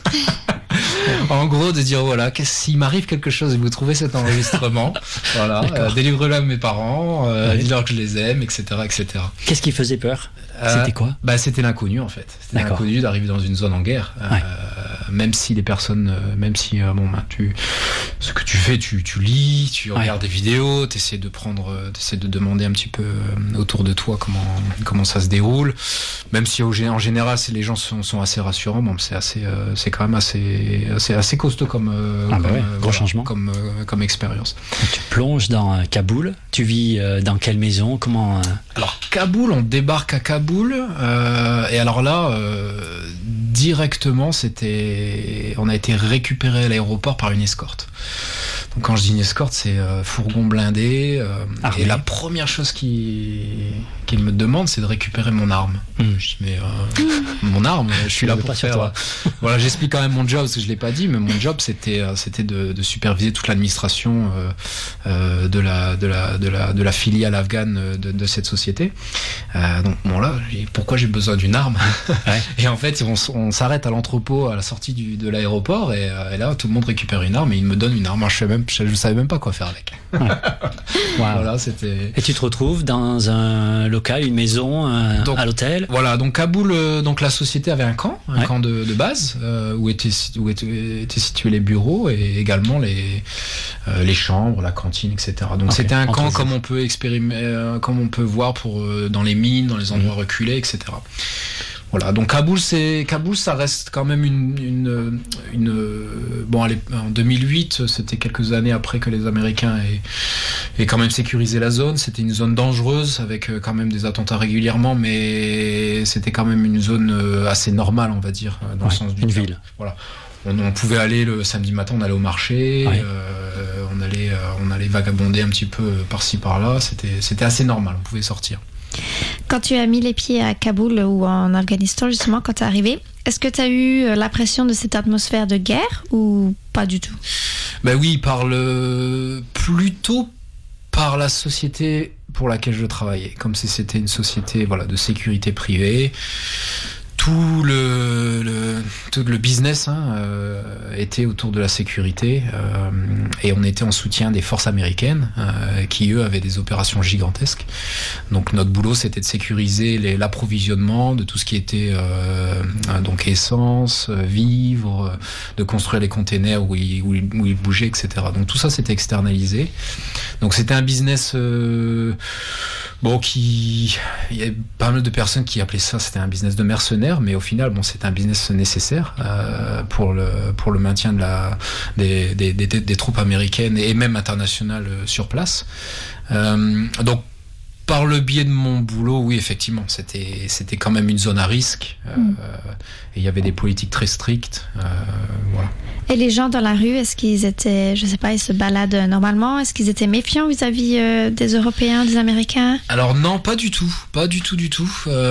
En gros, de dire voilà, s'il m'arrive quelque chose et vous trouvez cet enregistrement, voilà, euh, délivrez-le à mes parents, euh, ouais. dites-leur que je les aime, et cetera, et cetera. Qu'est-ce qui faisait peur? euh, C'était quoi? Bah, c'était l'inconnu en fait. C'était D'accord. l'inconnu d'arriver dans une zone en guerre. Ouais. Euh, même si les personnes, euh, même si euh, bon, bah, tu, ce que tu fais, tu, tu lis, tu ouais. regardes des vidéos, t'essaies de prendre, euh, t'essaies de demander un petit peu euh, autour de toi comment comment ça se déroule. Même si au, en général, c'est, les gens sont, sont assez rassurants, bon, c'est assez, euh, c'est quand même assez C'est assez costaud comme, euh, ah bah comme, ouais, euh, gros voilà, changement. comme, euh, comme expérience. Tu plonges dans euh, Kaboul, tu vis euh, dans quelle maison? Comment euh... Alors Kaboul, on débarque à Kaboul euh, et alors là euh, directement c'était, on a été récupéré à l'aéroport par une escorte. Donc quand je dis une escorte, c'est euh, fourgon blindé euh, et la première chose qu'il qu'il me demande, c'est de récupérer mon arme. Mmh. Je dis mais euh, mon arme, je suis là pour faire. Voilà, j'explique quand même mon job parce que je l'ai pas dit, mais mon job c'était euh, c'était de, de superviser toute l'administration euh, euh, de la de la de la de la filiale afghane de, de cette société. Euh, donc bon là, pourquoi j'ai besoin d'une arme? Ouais. Et en fait, on, on s'arrête à l'entrepôt à la sortie du, de l'aéroport et, et là tout le monde récupère une arme et il me donne une arme. Moi, je sais même je ne savais même pas quoi faire avec. Ouais. Wow. Voilà, c'était... Et tu te retrouves dans un local, une maison, un, donc, à l'hôtel? Voilà, donc Kaboul, euh, donc la société avait un camp, un ouais. camp de, de base euh, où, étaient, où étaient, étaient situés les bureaux et également les, euh, les chambres, la cantine, et cetera. Donc okay. c'était un camp comme on peut expérimenter, euh, comme on peut voir pour euh, dans les mines, dans les endroits mmh. reculés, et cetera. Voilà, donc Kaboul, c'est Kaboul, ça reste quand même une une, une bon, allez, en deux mille huit, c'était quelques années après que les Américains aient, aient quand même sécurisé la zone. C'était une zone dangereuse avec quand même des attentats régulièrement, mais c'était quand même une zone assez normale, on va dire, dans ouais, le sens du une terme. ville. Voilà. on, on pouvait aller le samedi matin, on allait au marché, ouais. euh, on allait, euh, on allait vagabonder un petit peu par-ci par-là. C'était, c'était assez normal, on pouvait sortir. Quand tu as mis les pieds à Kaboul ou en Afghanistan, justement, quand tu es arrivé, est-ce que tu as eu l'impression de cette atmosphère de guerre ou pas du tout? Ben oui, par le... plutôt par la société pour laquelle je travaillais. Comme si c'était une société voilà, de sécurité privée, tout le, le, tout le business hein, euh, était autour de la sécurité euh, et on était en soutien des forces américaines euh, qui, eux, avaient des opérations gigantesques. Donc notre boulot, c'était de sécuriser les, l'approvisionnement de tout ce qui était euh, donc essence, vivres, de construire les containers où ils, où ils, où ils bougeaient, et cetera. Donc tout ça, c'était externalisé. Donc c'était un business... Euh, Bon, qui, il y a pas mal de personnes qui appelaient ça, c'était un business de mercenaires, mais au final, bon, c'est un business nécessaire euh, pour le pour le maintien de la des des, des, des troupes américaines et même internationales sur place. Euh, donc par le biais de mon boulot, oui, effectivement, c'était c'était quand même une zone à risque. Euh, mmh. Et il y avait des politiques très strictes. Euh, voilà. Et les gens dans la rue, est-ce qu'ils étaient, je sais pas, ils se baladent normalement? Est-ce qu'ils étaient méfiants vis-à-vis euh, des Européens, des Américains? Alors non, pas du tout, pas du tout, du tout.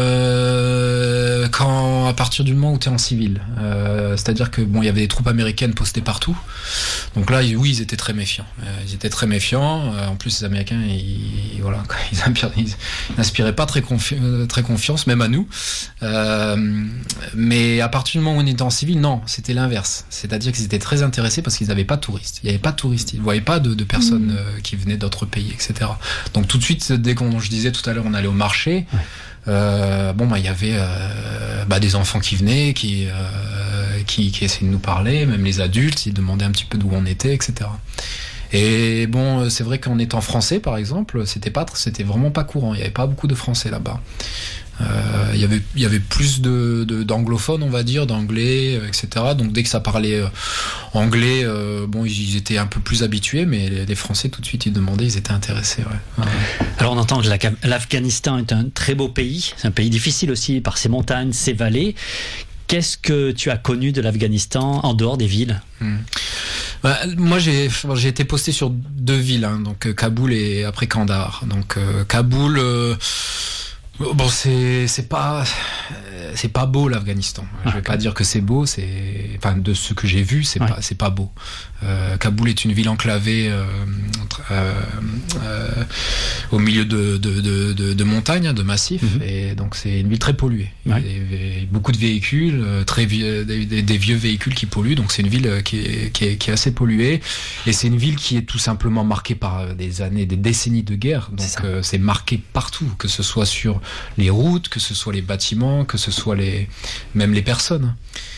Euh, quand à partir du moment où tu es en civil, euh, c'est-à-dire que bon, il y avait des troupes américaines postées partout. Donc là, oui, ils étaient très méfiants. Euh, ils étaient très méfiants. Euh, en plus, les Américains, ils, voilà, ils, ils n'inspiraient pas très, confi- très confiance, même à nous. Euh, mais à partir du moment où on était en civil, non, c'était l'inverse. C'est-à-dire qu'ils étaient très intéressés parce qu'ils n'avaient pas de touristes. Il n'y avait pas de touristes. Ils ne voyaient pas de, de personnes mmh. euh, qui venaient d'autres pays, et cetera. Donc tout de suite, dès qu'on, je disais tout à l'heure, on allait au marché, ouais. euh, bon, bah, il y avait euh, bah, des enfants qui venaient, qui, euh, qui, qui essayaient de nous parler, même les adultes, ils demandaient un petit peu d'où on était, et cetera. Et bon, c'est vrai qu'en étant français, par exemple, c'était pas, c'était vraiment pas courant. Il n'y avait pas beaucoup de Français là-bas. Il euh, y avait il y avait plus de, de d'anglophones, on va dire, d'anglais, euh, et cetera. Donc dès que ça parlait euh, anglais, euh, bon, ils étaient un peu plus habitués, mais les, les Français tout de suite ils demandaient, ils étaient intéressés. Ouais. Ouais. Alors on entend que la, l'Afghanistan est un très beau pays, c'est un pays difficile aussi par ses montagnes, ses vallées. Qu'est-ce que tu as connu de l'Afghanistan en dehors des villes? Mmh. Bah, moi, j'ai, j'ai été posté sur deux villes, hein, donc Kaboul et après Kandahar. Donc euh, Kaboul. Euh, Bon, c'est c'est pas c'est pas beau l'Afghanistan. Je vais pas dire que c'est beau, c'est enfin de ce que j'ai vu, c'est ouais. pas c'est pas beau. Euh, Kaboul est une ville enclavée euh, euh, euh, au milieu de de de, de, de montagnes, de massifs, mm-hmm. et donc c'est une ville très polluée. Ouais. Il y a beaucoup de véhicules, très des, des, des vieux véhicules qui polluent, donc c'est une ville qui est, qui est qui est assez polluée, et c'est une ville qui est tout simplement marquée par des années, des décennies de guerre. Donc c'est, euh, c'est marqué partout, que ce soit sur les routes, que ce soit les bâtiments, que ce soit les même les personnes.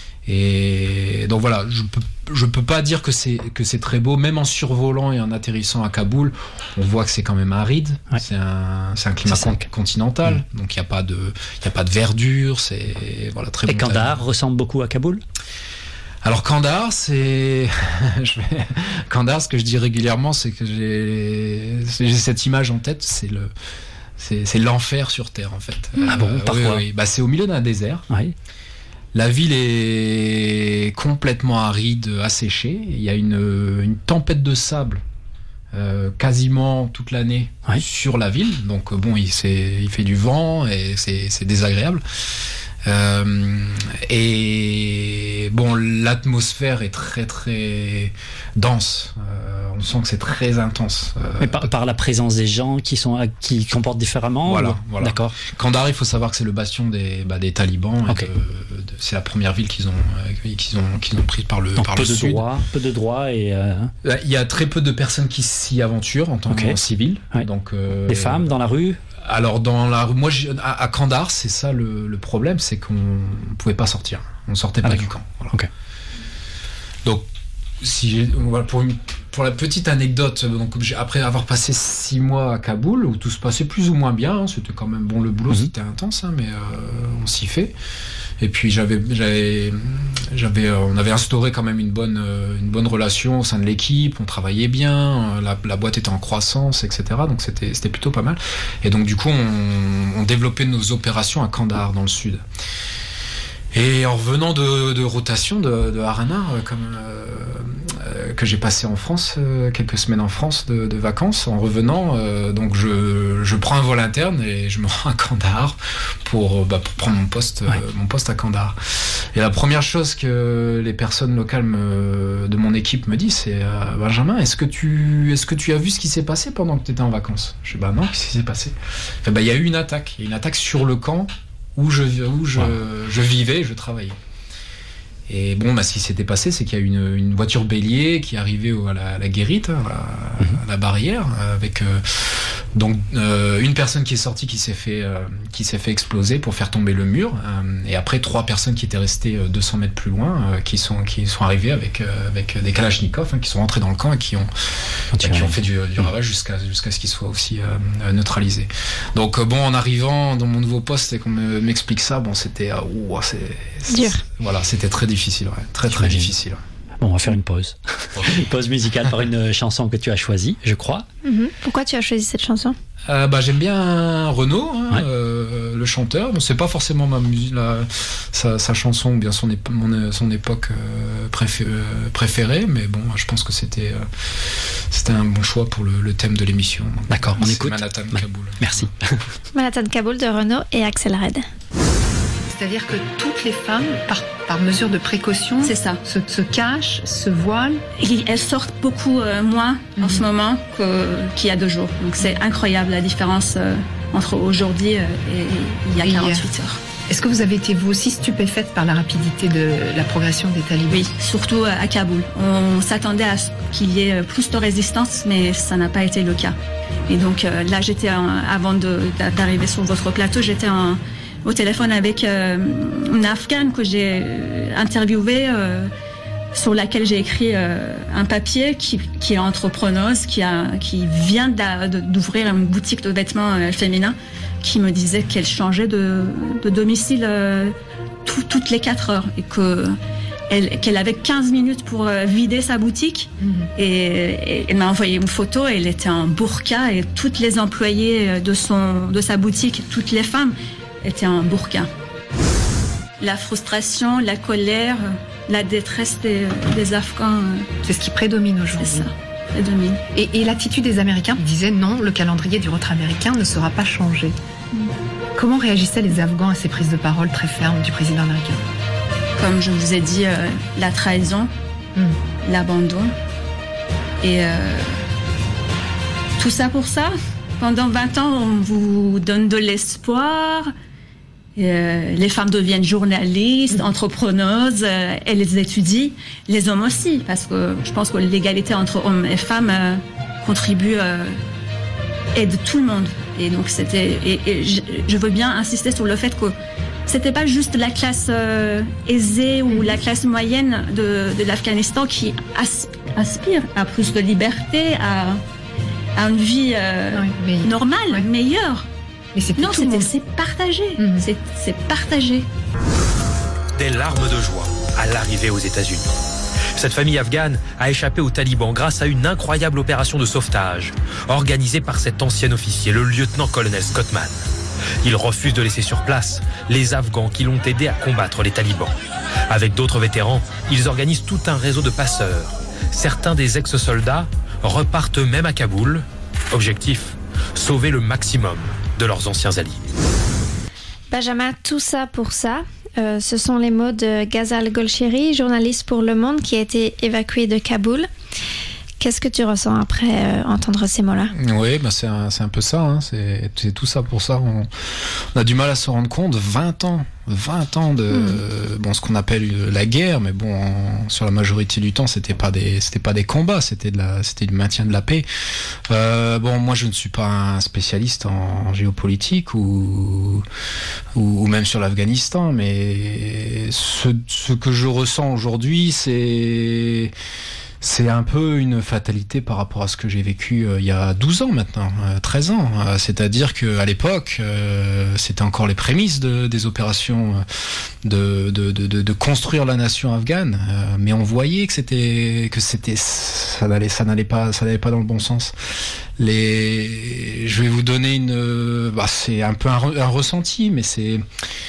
Et donc voilà, je peux je peux pas dire que c'est que c'est très beau, même en survolant et en atterrissant à Kaboul, on voit que c'est quand même aride. Ouais. C'est un c'est un climat con- continental, mmh. donc il y a pas de il y a pas de verdure, c'est voilà très. Et Kandahar ressemble beaucoup à Kaboul. Alors Kandahar, c'est je vais... Kandahar, ce que je dis régulièrement, c'est que j'ai j'ai cette image en tête, c'est le C'est, c'est l'enfer sur Terre, en fait. Ah bon, euh, parfois. Oui, oui. Bah, c'est au milieu d'un désert. Oui. La ville est complètement aride, asséchée. Il y a une, une tempête de sable euh, quasiment toute l'année oui. sur la ville. Donc, bon, il, c'est, il fait du vent et c'est, c'est désagréable. Euh, et bon, l'atmosphère est très très dense. Euh, on sent que c'est très intense. Euh, Mais par, par la présence des gens qui sont qui comportent différemment. Voilà, ou... voilà. D'accord. Kandahar, il faut savoir que c'est le bastion des bah, des talibans. Okay. De, de, c'est la première ville qu'ils ont euh, qu'ils ont qu'ils ont prise par le Donc par peu le de sud. Droits, peu de droits et. Euh... Il y a très peu de personnes qui s'y aventurent en tant okay. que civil. Ouais. Donc euh, des femmes dans la rue. Alors dans la moi à, à Kandahar, c'est ça le, le problème, c'est qu'on ne pouvait pas sortir, on sortait pas ah, du camp. Voilà. Okay. Donc si voilà, pour une, pour la petite anecdote, donc après avoir passé six mois à Kaboul où tout se passait plus ou moins bien, hein, c'était quand même bon, le boulot mm-hmm. c'était intense, hein, mais euh, on s'y fait. Et puis j'avais, j'avais, j'avais, euh, on avait instauré quand même une bonne, euh, une bonne relation au sein de l'équipe. On travaillait bien, euh, la, la boîte était en croissance, et cetera. Donc c'était, c'était plutôt pas mal. Et donc du coup, on, on développait nos opérations à Kandahar dans le sud. Et en revenant de, de rotation de, de Harana, comme euh, euh, que j'ai passé en France, euh, quelques semaines en France de, de vacances, en revenant, euh, donc je, je prends un vol interne et je me rends à Kandahar pour, bah, pour prendre mon poste, ouais. euh, mon poste à Kandahar. Et la première chose que les personnes locales me, de mon équipe me disent, c'est euh, Benjamin, est-ce que tu, est-ce que tu as vu ce qui s'est passé pendant que tu étais en vacances? Je dis bah non, qu'est-ce qui s'est passé? Enfin, bah, il y a eu une attaque, il y a une attaque sur le camp où je, où je, wow. je vivais, je travaillais. Et bon, bah, ce qui s'était passé, c'est qu'il y a une, une voiture bélier qui est arrivée à la, à la guérite, à la, à la barrière, avec euh, donc euh, une personne qui est sortie, qui s'est fait, euh, qui s'est fait exploser pour faire tomber le mur, euh, et après trois personnes qui étaient restées deux cents mètres plus loin, euh, qui sont qui sont arrivées avec euh, avec des kalachnikovs, hein, qui sont rentrés dans le camp et qui ont bah, qui ont fait du, du ravage jusqu'à jusqu'à ce qu'ils soient aussi euh, neutralisés. Donc euh, bon, en arrivant dans mon nouveau poste et qu'on me, m'explique ça, bon, c'était euh, ouah, c'est, c'est dur. Voilà, c'était très difficile, ouais. très très J'imagine. difficile. Ouais. Bon, on va faire une pause. Une pause musicale par une chanson que tu as choisie, je crois. Mm-hmm. Pourquoi tu as choisi cette chanson? euh, bah, J'aime bien Renaud, hein, ouais. euh, le chanteur. Bon, c'est pas forcément ma musique, la, sa, sa chanson ou bien son, ép- mon, son époque euh, préfé- euh, préférée, mais bon, je pense que c'était, euh, c'était un bon choix pour le, le thème de l'émission. Donc, d'accord, on écoute. Manhattan Ma- Kaboul. Merci. Manhattan Kaboul de Renaud et Axel Red. C'est-à-dire que toutes les femmes, par, par mesure de précaution, c'est ça. Se, se cachent, se voilent. Elles sortent beaucoup euh, moins mm-hmm. en ce moment que, qu'il y a deux jours. Donc c'est incroyable la différence euh, entre aujourd'hui euh, et il y a quarante-huit heures. Est-ce que vous avez été vous aussi stupéfaite par la rapidité de la progression des talibans? Oui, surtout à Kaboul. On s'attendait à ce qu'il y ait plus de résistance, mais ça n'a pas été le cas. Et donc euh, là, j'étais en, avant de, d'arriver sur votre plateau, j'étais en au téléphone avec euh, une Afghane que j'ai interviewée, euh, sur laquelle j'ai écrit euh, un papier qui, qui est entrepreneuse, qui, a, qui vient de, d'ouvrir une boutique de vêtements euh, féminins, qui me disait qu'elle changeait de, de domicile euh, tout, toutes les quatre heures et que Elle, qu'elle avait quinze minutes pour euh, vider sa boutique. Mmh. Et, et elle m'a envoyé une photo, elle était en burqa et toutes les employées de, son, de sa boutique, toutes les femmes, étaient en burqa. La frustration, la colère, la détresse des, des Afghans. C'est ce qui prédomine aujourd'hui. C'est ça, prédomine. Et, et l'attitude des Américains disait non, le calendrier du retour américain ne sera pas changé. Mmh. Comment réagissaient les Afghans à ces prises de parole très fermes du président américain? Comme je vous ai dit, euh, la trahison, mmh. l'abandon. Et euh, tout ça pour ça. Pendant vingt ans, on vous donne de l'espoir. Et, euh, les femmes deviennent journalistes, mmh. entrepreneuses, euh, elles étudient. Les hommes aussi, parce que je pense que l'égalité entre hommes et femmes euh, contribue, euh, aide tout le monde. Et donc c'était. Et, et je, je veux bien insister sur le fait que c'était pas juste la classe euh, aisée ou la classe moyenne de, de l'Afghanistan qui as, aspire à plus de liberté, à, à une vie euh, oui, mais, normale, oui. meilleure. Mais c'est non, c'était, c'est partagé. Mmh. C'est, c'est partagé. Des larmes de joie à l'arrivée aux États-Unis. Cette famille afghane a échappé aux talibans grâce à une incroyable opération de sauvetage organisée par cet ancien officier, le lieutenant-colonel Scottman. Il refuse de laisser sur place les Afghans qui l'ont aidé à combattre les talibans. Avec d'autres vétérans, ils organisent tout un réseau de passeurs. Certains des ex-soldats repartent même à Kaboul. Objectif, sauver le maximum de leurs anciens alliés. Benjamin, tout ça pour ça. Euh, ce sont les mots de Ghazal Golshiri, journaliste pour Le Monde, qui a été évacué de Kaboul. Qu'est-ce que tu ressens après euh, entendre ces mots-là? Oui, bah c'est, un, c'est un peu ça, hein. c'est, c'est tout ça pour ça. On, on a du mal à se rendre compte. vingt ans, vingt ans de mmh. bon, ce qu'on appelle la guerre, mais bon, en, sur la majorité du temps, c'était pas des, c'était pas des combats, c'était de la, c'était du maintien de la paix. Euh, bon, moi, je ne suis pas un spécialiste en, en géopolitique ou, ou, ou même sur l'Afghanistan, mais ce, ce que je ressens aujourd'hui, c'est C'est un peu une fatalité par rapport à ce que j'ai vécu euh, il y a douze ans maintenant, euh, treize ans. Euh, c'est-à-dire qu'à l'époque, euh, c'était encore les prémices de, des opérations de, de, de, de, de construire la nation afghane. Euh, mais on voyait que c'était que c'était ça n'allait ça n'allait pas ça n'allait pas dans le bon sens. Les, je vais vous donner une, bah c'est un peu un, un ressenti, mais c'est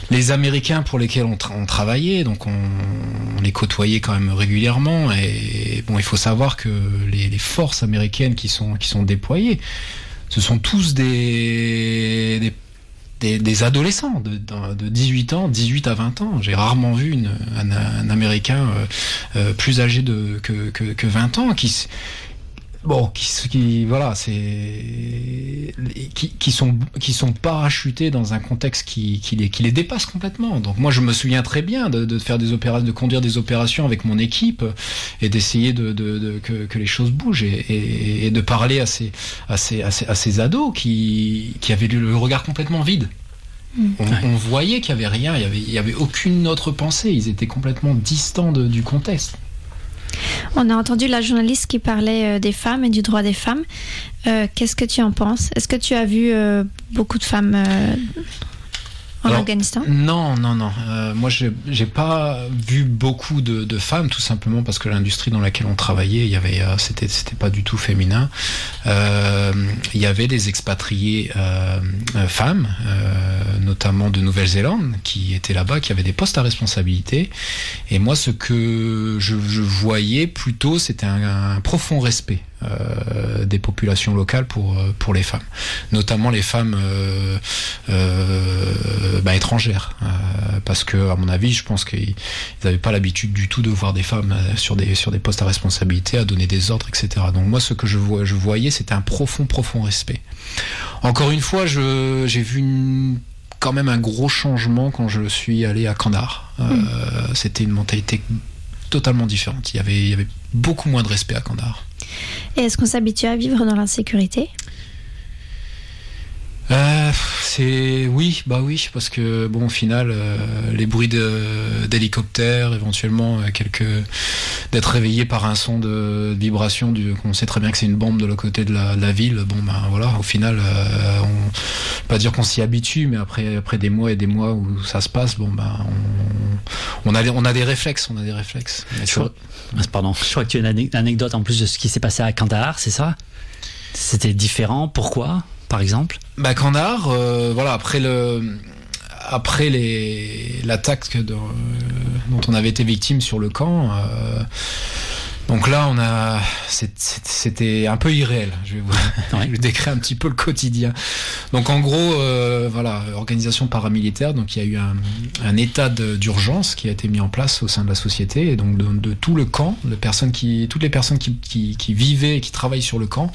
les Américains pour lesquels on, tra- on travaillait, donc on, on les côtoyait quand même régulièrement. Et bon, il faut savoir que les, les forces américaines qui sont qui sont déployées, ce sont tous des des, des, des adolescents de, de dix-huit ans, dix-huit à vingt ans. J'ai rarement vu une, un, un Américain euh, euh, plus âgé de que, que, que vingt ans qui Bon, qui, qui voilà, c'est qui, qui sont qui sont parachutés dans un contexte qui, qui les qui les dépasse complètement. Donc moi, je me souviens très bien de, de faire des opérations, de conduire des opérations avec mon équipe et d'essayer de, de, de que, que les choses bougent et, et, et de parler à ces à ces à ces, à ces ados qui qui avaient le regard complètement vide. On, on voyait qu'il y avait rien, il y avait il y avait aucune autre pensée. Ils étaient complètement distants de, du contexte. On a entendu la journaliste qui parlait des femmes et du droit des femmes. Euh, qu'est-ce que tu en penses? Est-ce que tu as vu euh, beaucoup de femmes euh, en Alors, Afghanistan? Non, non, non. Euh, moi, j'ai, j'ai pas vu beaucoup de, de femmes, tout simplement parce que l'industrie dans laquelle on travaillait, il y avait, euh, c'était, c'était pas du tout féminin. Euh, il y avait des expatriés euh, euh, femmes, euh, notamment de Nouvelle-Zélande, qui étaient là-bas, qui avaient des postes à responsabilité. Et moi, ce que je, je voyais plutôt, c'était un, un profond respect. Euh, des populations locales pour pour les femmes, notamment les femmes euh, euh, bah, étrangères, euh, parce que à mon avis, je pense qu'ils n'avaient pas l'habitude du tout de voir des femmes sur des sur des postes à responsabilité, à donner des ordres, et cetera. Donc moi, ce que je vois, je voyais, c'était un profond profond respect. Encore une fois, je j'ai vu une quand même un gros changement quand je suis allé à Kandahar. Euh, mmh. C'était une mentalité totalement différente. Il y avait il y avait beaucoup moins de respect à Kandahar. Et est-ce qu'on s'habitue à vivre dans l'insécurité? Euh, c'est oui, bah oui, parce que bon, au final, euh, les bruits de, d'hélicoptères, éventuellement euh, quelques d'être réveillé par un son de vibration, du, on sait très bien que c'est une bombe de l'autre côté de la, de la ville. Bon, ben voilà, au final, euh, on pas dire qu'on s'y habitue, mais après après des mois et des mois où ça se passe, bon ben on, on a on a des réflexes, on a des réflexes. Je crois, pardon, je crois que tu as une anecdote en plus de ce qui s'est passé à Kandahar, c'est ça? C'était différent. Pourquoi, par exemple? Bah Kandahar, euh, voilà, après le, après les l'attaque de, euh, dont on avait été victime sur le camp. Euh, donc là, on a, c'était un peu irréel. Je vais vous, ouais. je vais décrire un petit peu le quotidien. Donc en gros, euh, voilà, organisation paramilitaire. Donc il y a eu un, un état d'urgence qui a été mis en place au sein de la société, et donc de, de tout le camp, de personnes qui, toutes les personnes qui, qui, qui vivaient et qui travaillent sur le camp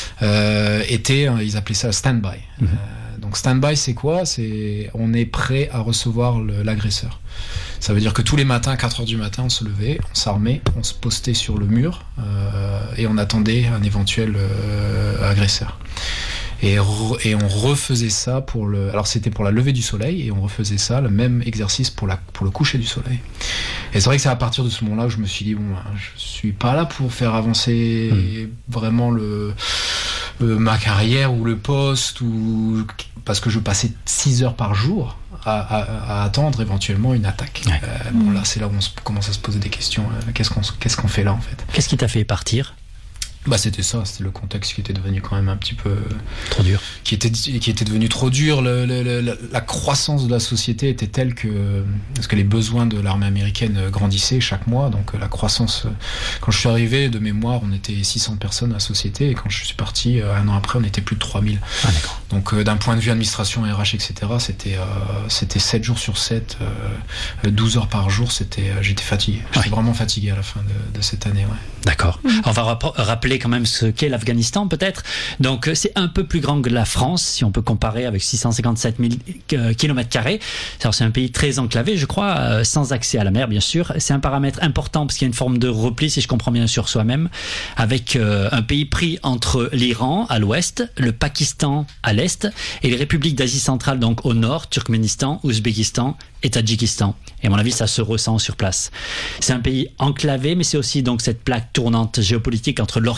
euh, étaient, ils appelaient ça stand-by. Mmh. Euh, donc stand-by, c'est quoi? C'est on est prêt à recevoir le, l'agresseur. Ça veut dire que tous les matins, à quatre heures du matin, on se levait, on s'armait, on se postait sur le mur euh, et on attendait un éventuel euh, agresseur. Et, re, et on refaisait ça pour le... Alors c'était pour la levée du soleil, et on refaisait ça, le même exercice pour, la, pour le coucher du soleil. Et c'est vrai que c'est à partir de ce moment-là où je me suis dit, bon, je suis pas là pour faire avancer mmh. vraiment le, euh, ma carrière ou le poste, ou, parce que je passais six heures par jour à, à, à attendre éventuellement une attaque. Ouais. Euh, bon, là, c'est là où on se, commence à se poser des questions. Qu'est-ce qu'on, qu'est-ce qu'on fait là, en fait? Qu'est-ce qui t'a fait partir? Bah c'était ça, c'était le contexte qui était devenu quand même un petit peu trop dur, qui était qui était devenu trop dur. Le, le, le, la, la croissance de la société était telle que parce que les besoins de l'armée américaine grandissaient chaque mois, donc la croissance. Quand je suis arrivé de mémoire, on était six cents personnes à la société, et quand je suis parti un an après, on était plus de trois mille. Ah, d'accord. Donc euh, d'un point de vue administration, R H, et cetera, c'était euh, c'était sept jours sur sept, euh, douze heures par jour. C'était euh, j'étais fatigué. J'étais ouais. vraiment fatigué à la fin de, de cette année. Ouais. D'accord. Mmh. On va rap- rappeler quand même ce qu'est l'Afghanistan, peut-être. Donc c'est un peu plus grand que la France, si on peut comparer, avec six cent cinquante-sept mille kilomètres carrés. Alors c'est un pays très enclavé, je crois, euh, sans accès à la mer, bien sûr. C'est un paramètre important parce qu'il y a une forme de repli, si je comprends bien, sur soi-même, avec euh, un pays pris entre l'Iran à l'ouest, le Pakistan à l'est, et les républiques d'Asie centrale, donc au nord, Turkménistan, Ouzbékistan et Tadjikistan. Et à mon avis, ça se ressent sur place. C'est un pays enclavé, mais c'est aussi donc cette plaque tournante géopolitique entre l'Orient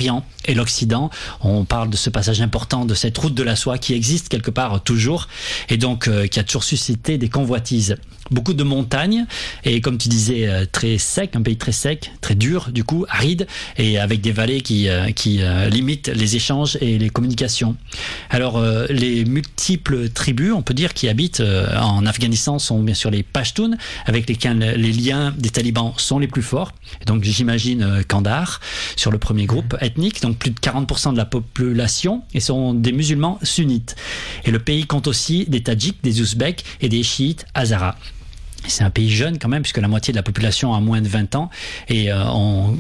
l'Orient et l'Occident. On parle de ce passage important de cette route de la soie qui existe quelque part toujours et donc euh, qui a toujours suscité des convoitises. Beaucoup de montagnes et comme tu disais euh, très sec, un pays très sec, très dur du coup, aride et avec des vallées qui, euh, qui euh, limitent les échanges et les communications. Alors euh, les multiples tribus, on peut dire, qui habitent euh, en Afghanistan sont bien sûr les Pashtuns avec lesquels les liens des talibans sont les plus forts. Et donc j'imagine euh, Kandahar sur le premier groupe ethnique, donc plus de quarante pour cent de la population et sont des musulmans sunnites. Et le pays compte aussi des Tadjiks, des Ouzbeks et des chiites Hazaras. C'est un pays jeune quand même puisque la moitié de la population a moins de vingt ans et euh, on,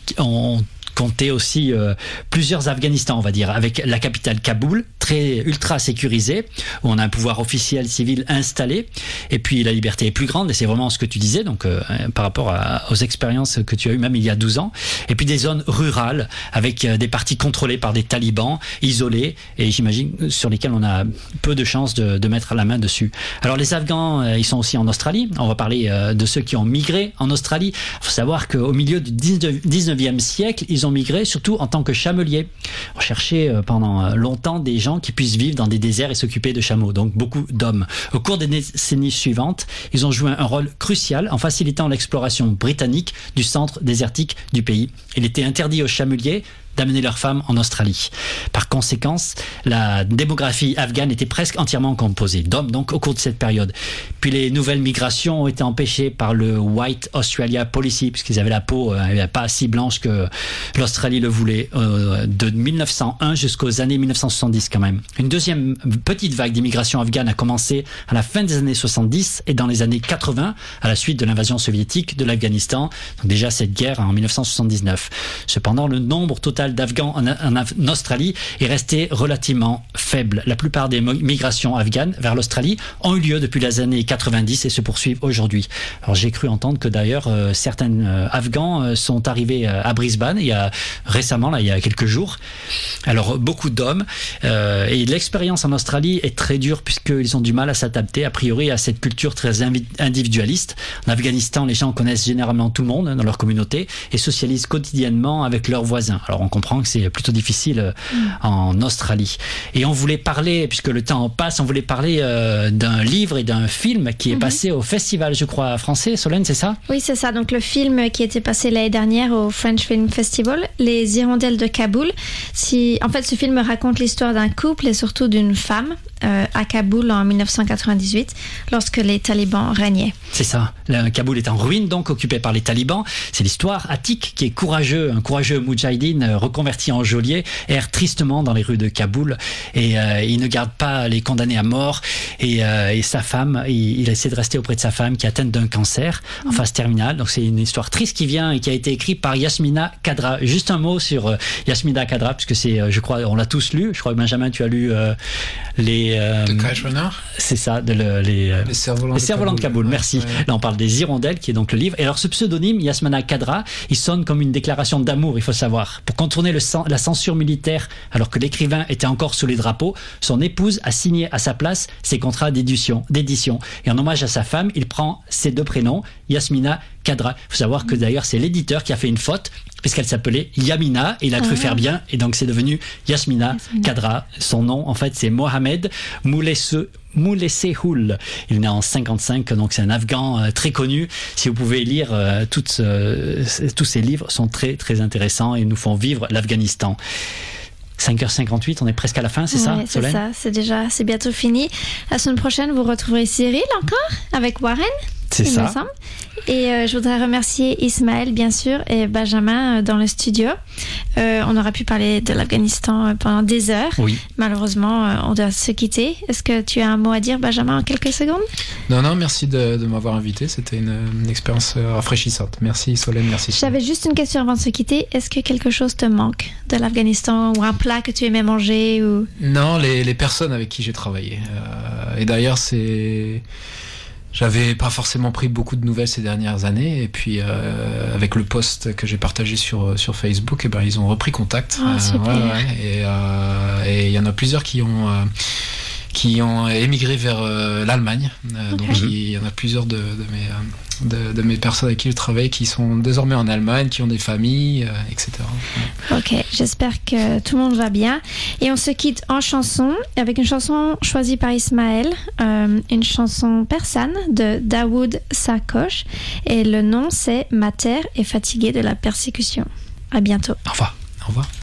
on comptait aussi euh, plusieurs Afghanistan, on va dire, avec la capitale Kaboul, très ultra sécurisée, où on a un pouvoir officiel civil installé, et puis la liberté est plus grande, et c'est vraiment ce que tu disais, donc euh, par rapport à, aux expériences que tu as eues même il y a douze ans, et puis des zones rurales, avec euh, des parties contrôlées par des talibans, isolés, et j'imagine sur lesquels on a peu de chances de, de mettre la main dessus. Alors les Afghans, euh, ils sont aussi en Australie, on va parler euh, de ceux qui ont migré en Australie. Il faut savoir qu'au milieu du dix-neuvième siècle, ils ont migré surtout en tant que chameliers. On cherchait pendant longtemps des gens qui puissent vivre dans des déserts et s'occuper de chameaux, donc beaucoup d'hommes. Au cours des décennies suivantes, ils ont joué un rôle crucial en facilitant l'exploration britannique du centre désertique du pays. Il était interdit aux chameliers d'amener leurs femmes en Australie. Par conséquence, la démographie afghane était presque entièrement composée d'hommes, donc au cours de cette période. Puis les nouvelles migrations ont été empêchées par le White Australia Policy, puisqu'ils avaient la peau euh, pas si blanche que l'Australie le voulait, euh, de mille neuf cent un jusqu'aux années mille neuf cent soixante-dix quand même. Une deuxième petite vague d'immigration afghane a commencé à la fin des années soixante-dix et dans les années quatre-vingts, à la suite de l'invasion soviétique de l'Afghanistan, donc déjà cette guerre en mille neuf cent soixante-dix-neuf. Cependant, le nombre total d'Afghans en, en, en Australie est resté relativement faible. La plupart des migrations afghanes vers l'Australie ont eu lieu depuis les années quatre-vingt-dix et se poursuivent aujourd'hui. Alors j'ai cru entendre que d'ailleurs euh, certains euh, Afghans euh, sont arrivés euh, à Brisbane il y a récemment, là il y a quelques jours. Alors beaucoup d'hommes euh, et l'expérience en Australie est très dure puisqu'ils ont du mal à s'adapter a priori à cette culture très individualiste. En Afghanistan, les gens connaissent généralement tout le monde dans leur communauté et socialisent quotidiennement avec leurs voisins. Alors on comprend que c'est plutôt difficile mmh. en Australie. Et on voulait parler, puisque le temps passe, on voulait parler euh, d'un livre et d'un film qui est mmh. passé au festival, je crois, français. Solène, c'est ça? Oui, c'est ça. Donc le film qui était passé l'année dernière au French Film Festival, Les Hirondelles de Kaboul. Si, en fait, ce film raconte l'histoire d'un couple et surtout d'une femme euh, à Kaboul en mille neuf cent quatre-vingt-dix-huit, lorsque les talibans régnaient. C'est ça. Le Kaboul est en ruine, donc occupé par les talibans. C'est l'histoire. Atik, qui est courageux, un courageux moudjahidine reconverti en geôlier, erre tristement dans les rues de Kaboul et euh, il ne garde pas les condamnés à mort et, euh, et sa femme, il, il essaie de rester auprès de sa femme qui est atteinte d'un cancer mmh. en phase terminale. Donc c'est une histoire triste qui vient et qui a été écrite par Yasmina Khadra. Juste un mot sur euh, Yasmina Khadra, puisque c'est, euh, je crois, on l'a tous lu. Je crois que Benjamin, tu as lu euh, les... Euh, de Kaish Renard. C'est ça, de le, les, euh, les cerfs-volants de, de Kaboul. Ouais, merci. Ouais. Là, on parle des Hirondelles, qui est donc le livre. Et alors, ce pseudonyme, Yasmina Khadra, il sonne comme une déclaration d'amour, il faut savoir. Pour contourner le, la censure militaire, alors que l'écrivain était encore sous les drapeaux, son épouse a signé à sa place ses contrats d'édition. d'édition. Et en hommage à sa femme, il prend ses deux prénoms, Yasmina Khadra. Il faut savoir que d'ailleurs, c'est l'éditeur qui a fait une faute, puisqu'elle s'appelait Yamina, et il a cru ah. faire bien, et donc c'est devenu Yasmina, Yasmina Khadra. Son nom, en fait, c'est Mohamed Moulesse. Moulessehoul. Il est né en cinquante-cinq, donc c'est un Afghan euh, très connu. Si vous pouvez lire, euh, toutes, euh, tous ces livres sont très très intéressants et nous font vivre l'Afghanistan. cinq heures cinquante-huit, on est presque à la fin, c'est ouais, ça, c'est Solène? ça, c'est déjà, c'est bientôt fini. La semaine prochaine, vous retrouverez Cyril encore avec Warren. C'est ça. Ensemble. Et euh, je voudrais remercier Ismaël, bien sûr, et Benjamin euh, dans le studio. Euh, on aurait pu parler de l'Afghanistan euh, pendant des heures. Oui. Malheureusement, euh, on doit se quitter. Est-ce que tu as un mot à dire, Benjamin, en quelques secondes? Non, non, merci de, de m'avoir invité. C'était une, une expérience rafraîchissante. Merci, Solène, merci. J'avais juste une question avant de se quitter. Est-ce que quelque chose te manque de l'Afghanistan ou un plat que tu aimais manger ou... Non, les, les personnes avec qui j'ai travaillé. Euh, et d'ailleurs, c'est... J'avais pas forcément pris beaucoup de nouvelles ces dernières années, et puis euh, avec le post que j'ai partagé sur sur Facebook, et ben ils ont repris contact. Oh, super. Euh, ouais, ouais, et il euh, et y en a plusieurs qui ont euh, qui ont émigré vers euh, l'Allemagne. Euh, okay. Donc il y en a plusieurs de, de mes euh, de, de mes personnes avec qui je travaille qui sont désormais en Allemagne, qui ont des familles, euh, et cetera. Ok, j'espère que tout le monde va bien. Et on se quitte en chanson avec une chanson choisie par Ismaël, euh, une chanson persane de Daoud Sarkoch, et le nom c'est Ma terre est fatiguée de la persécution. À bientôt. Au revoir. Au revoir.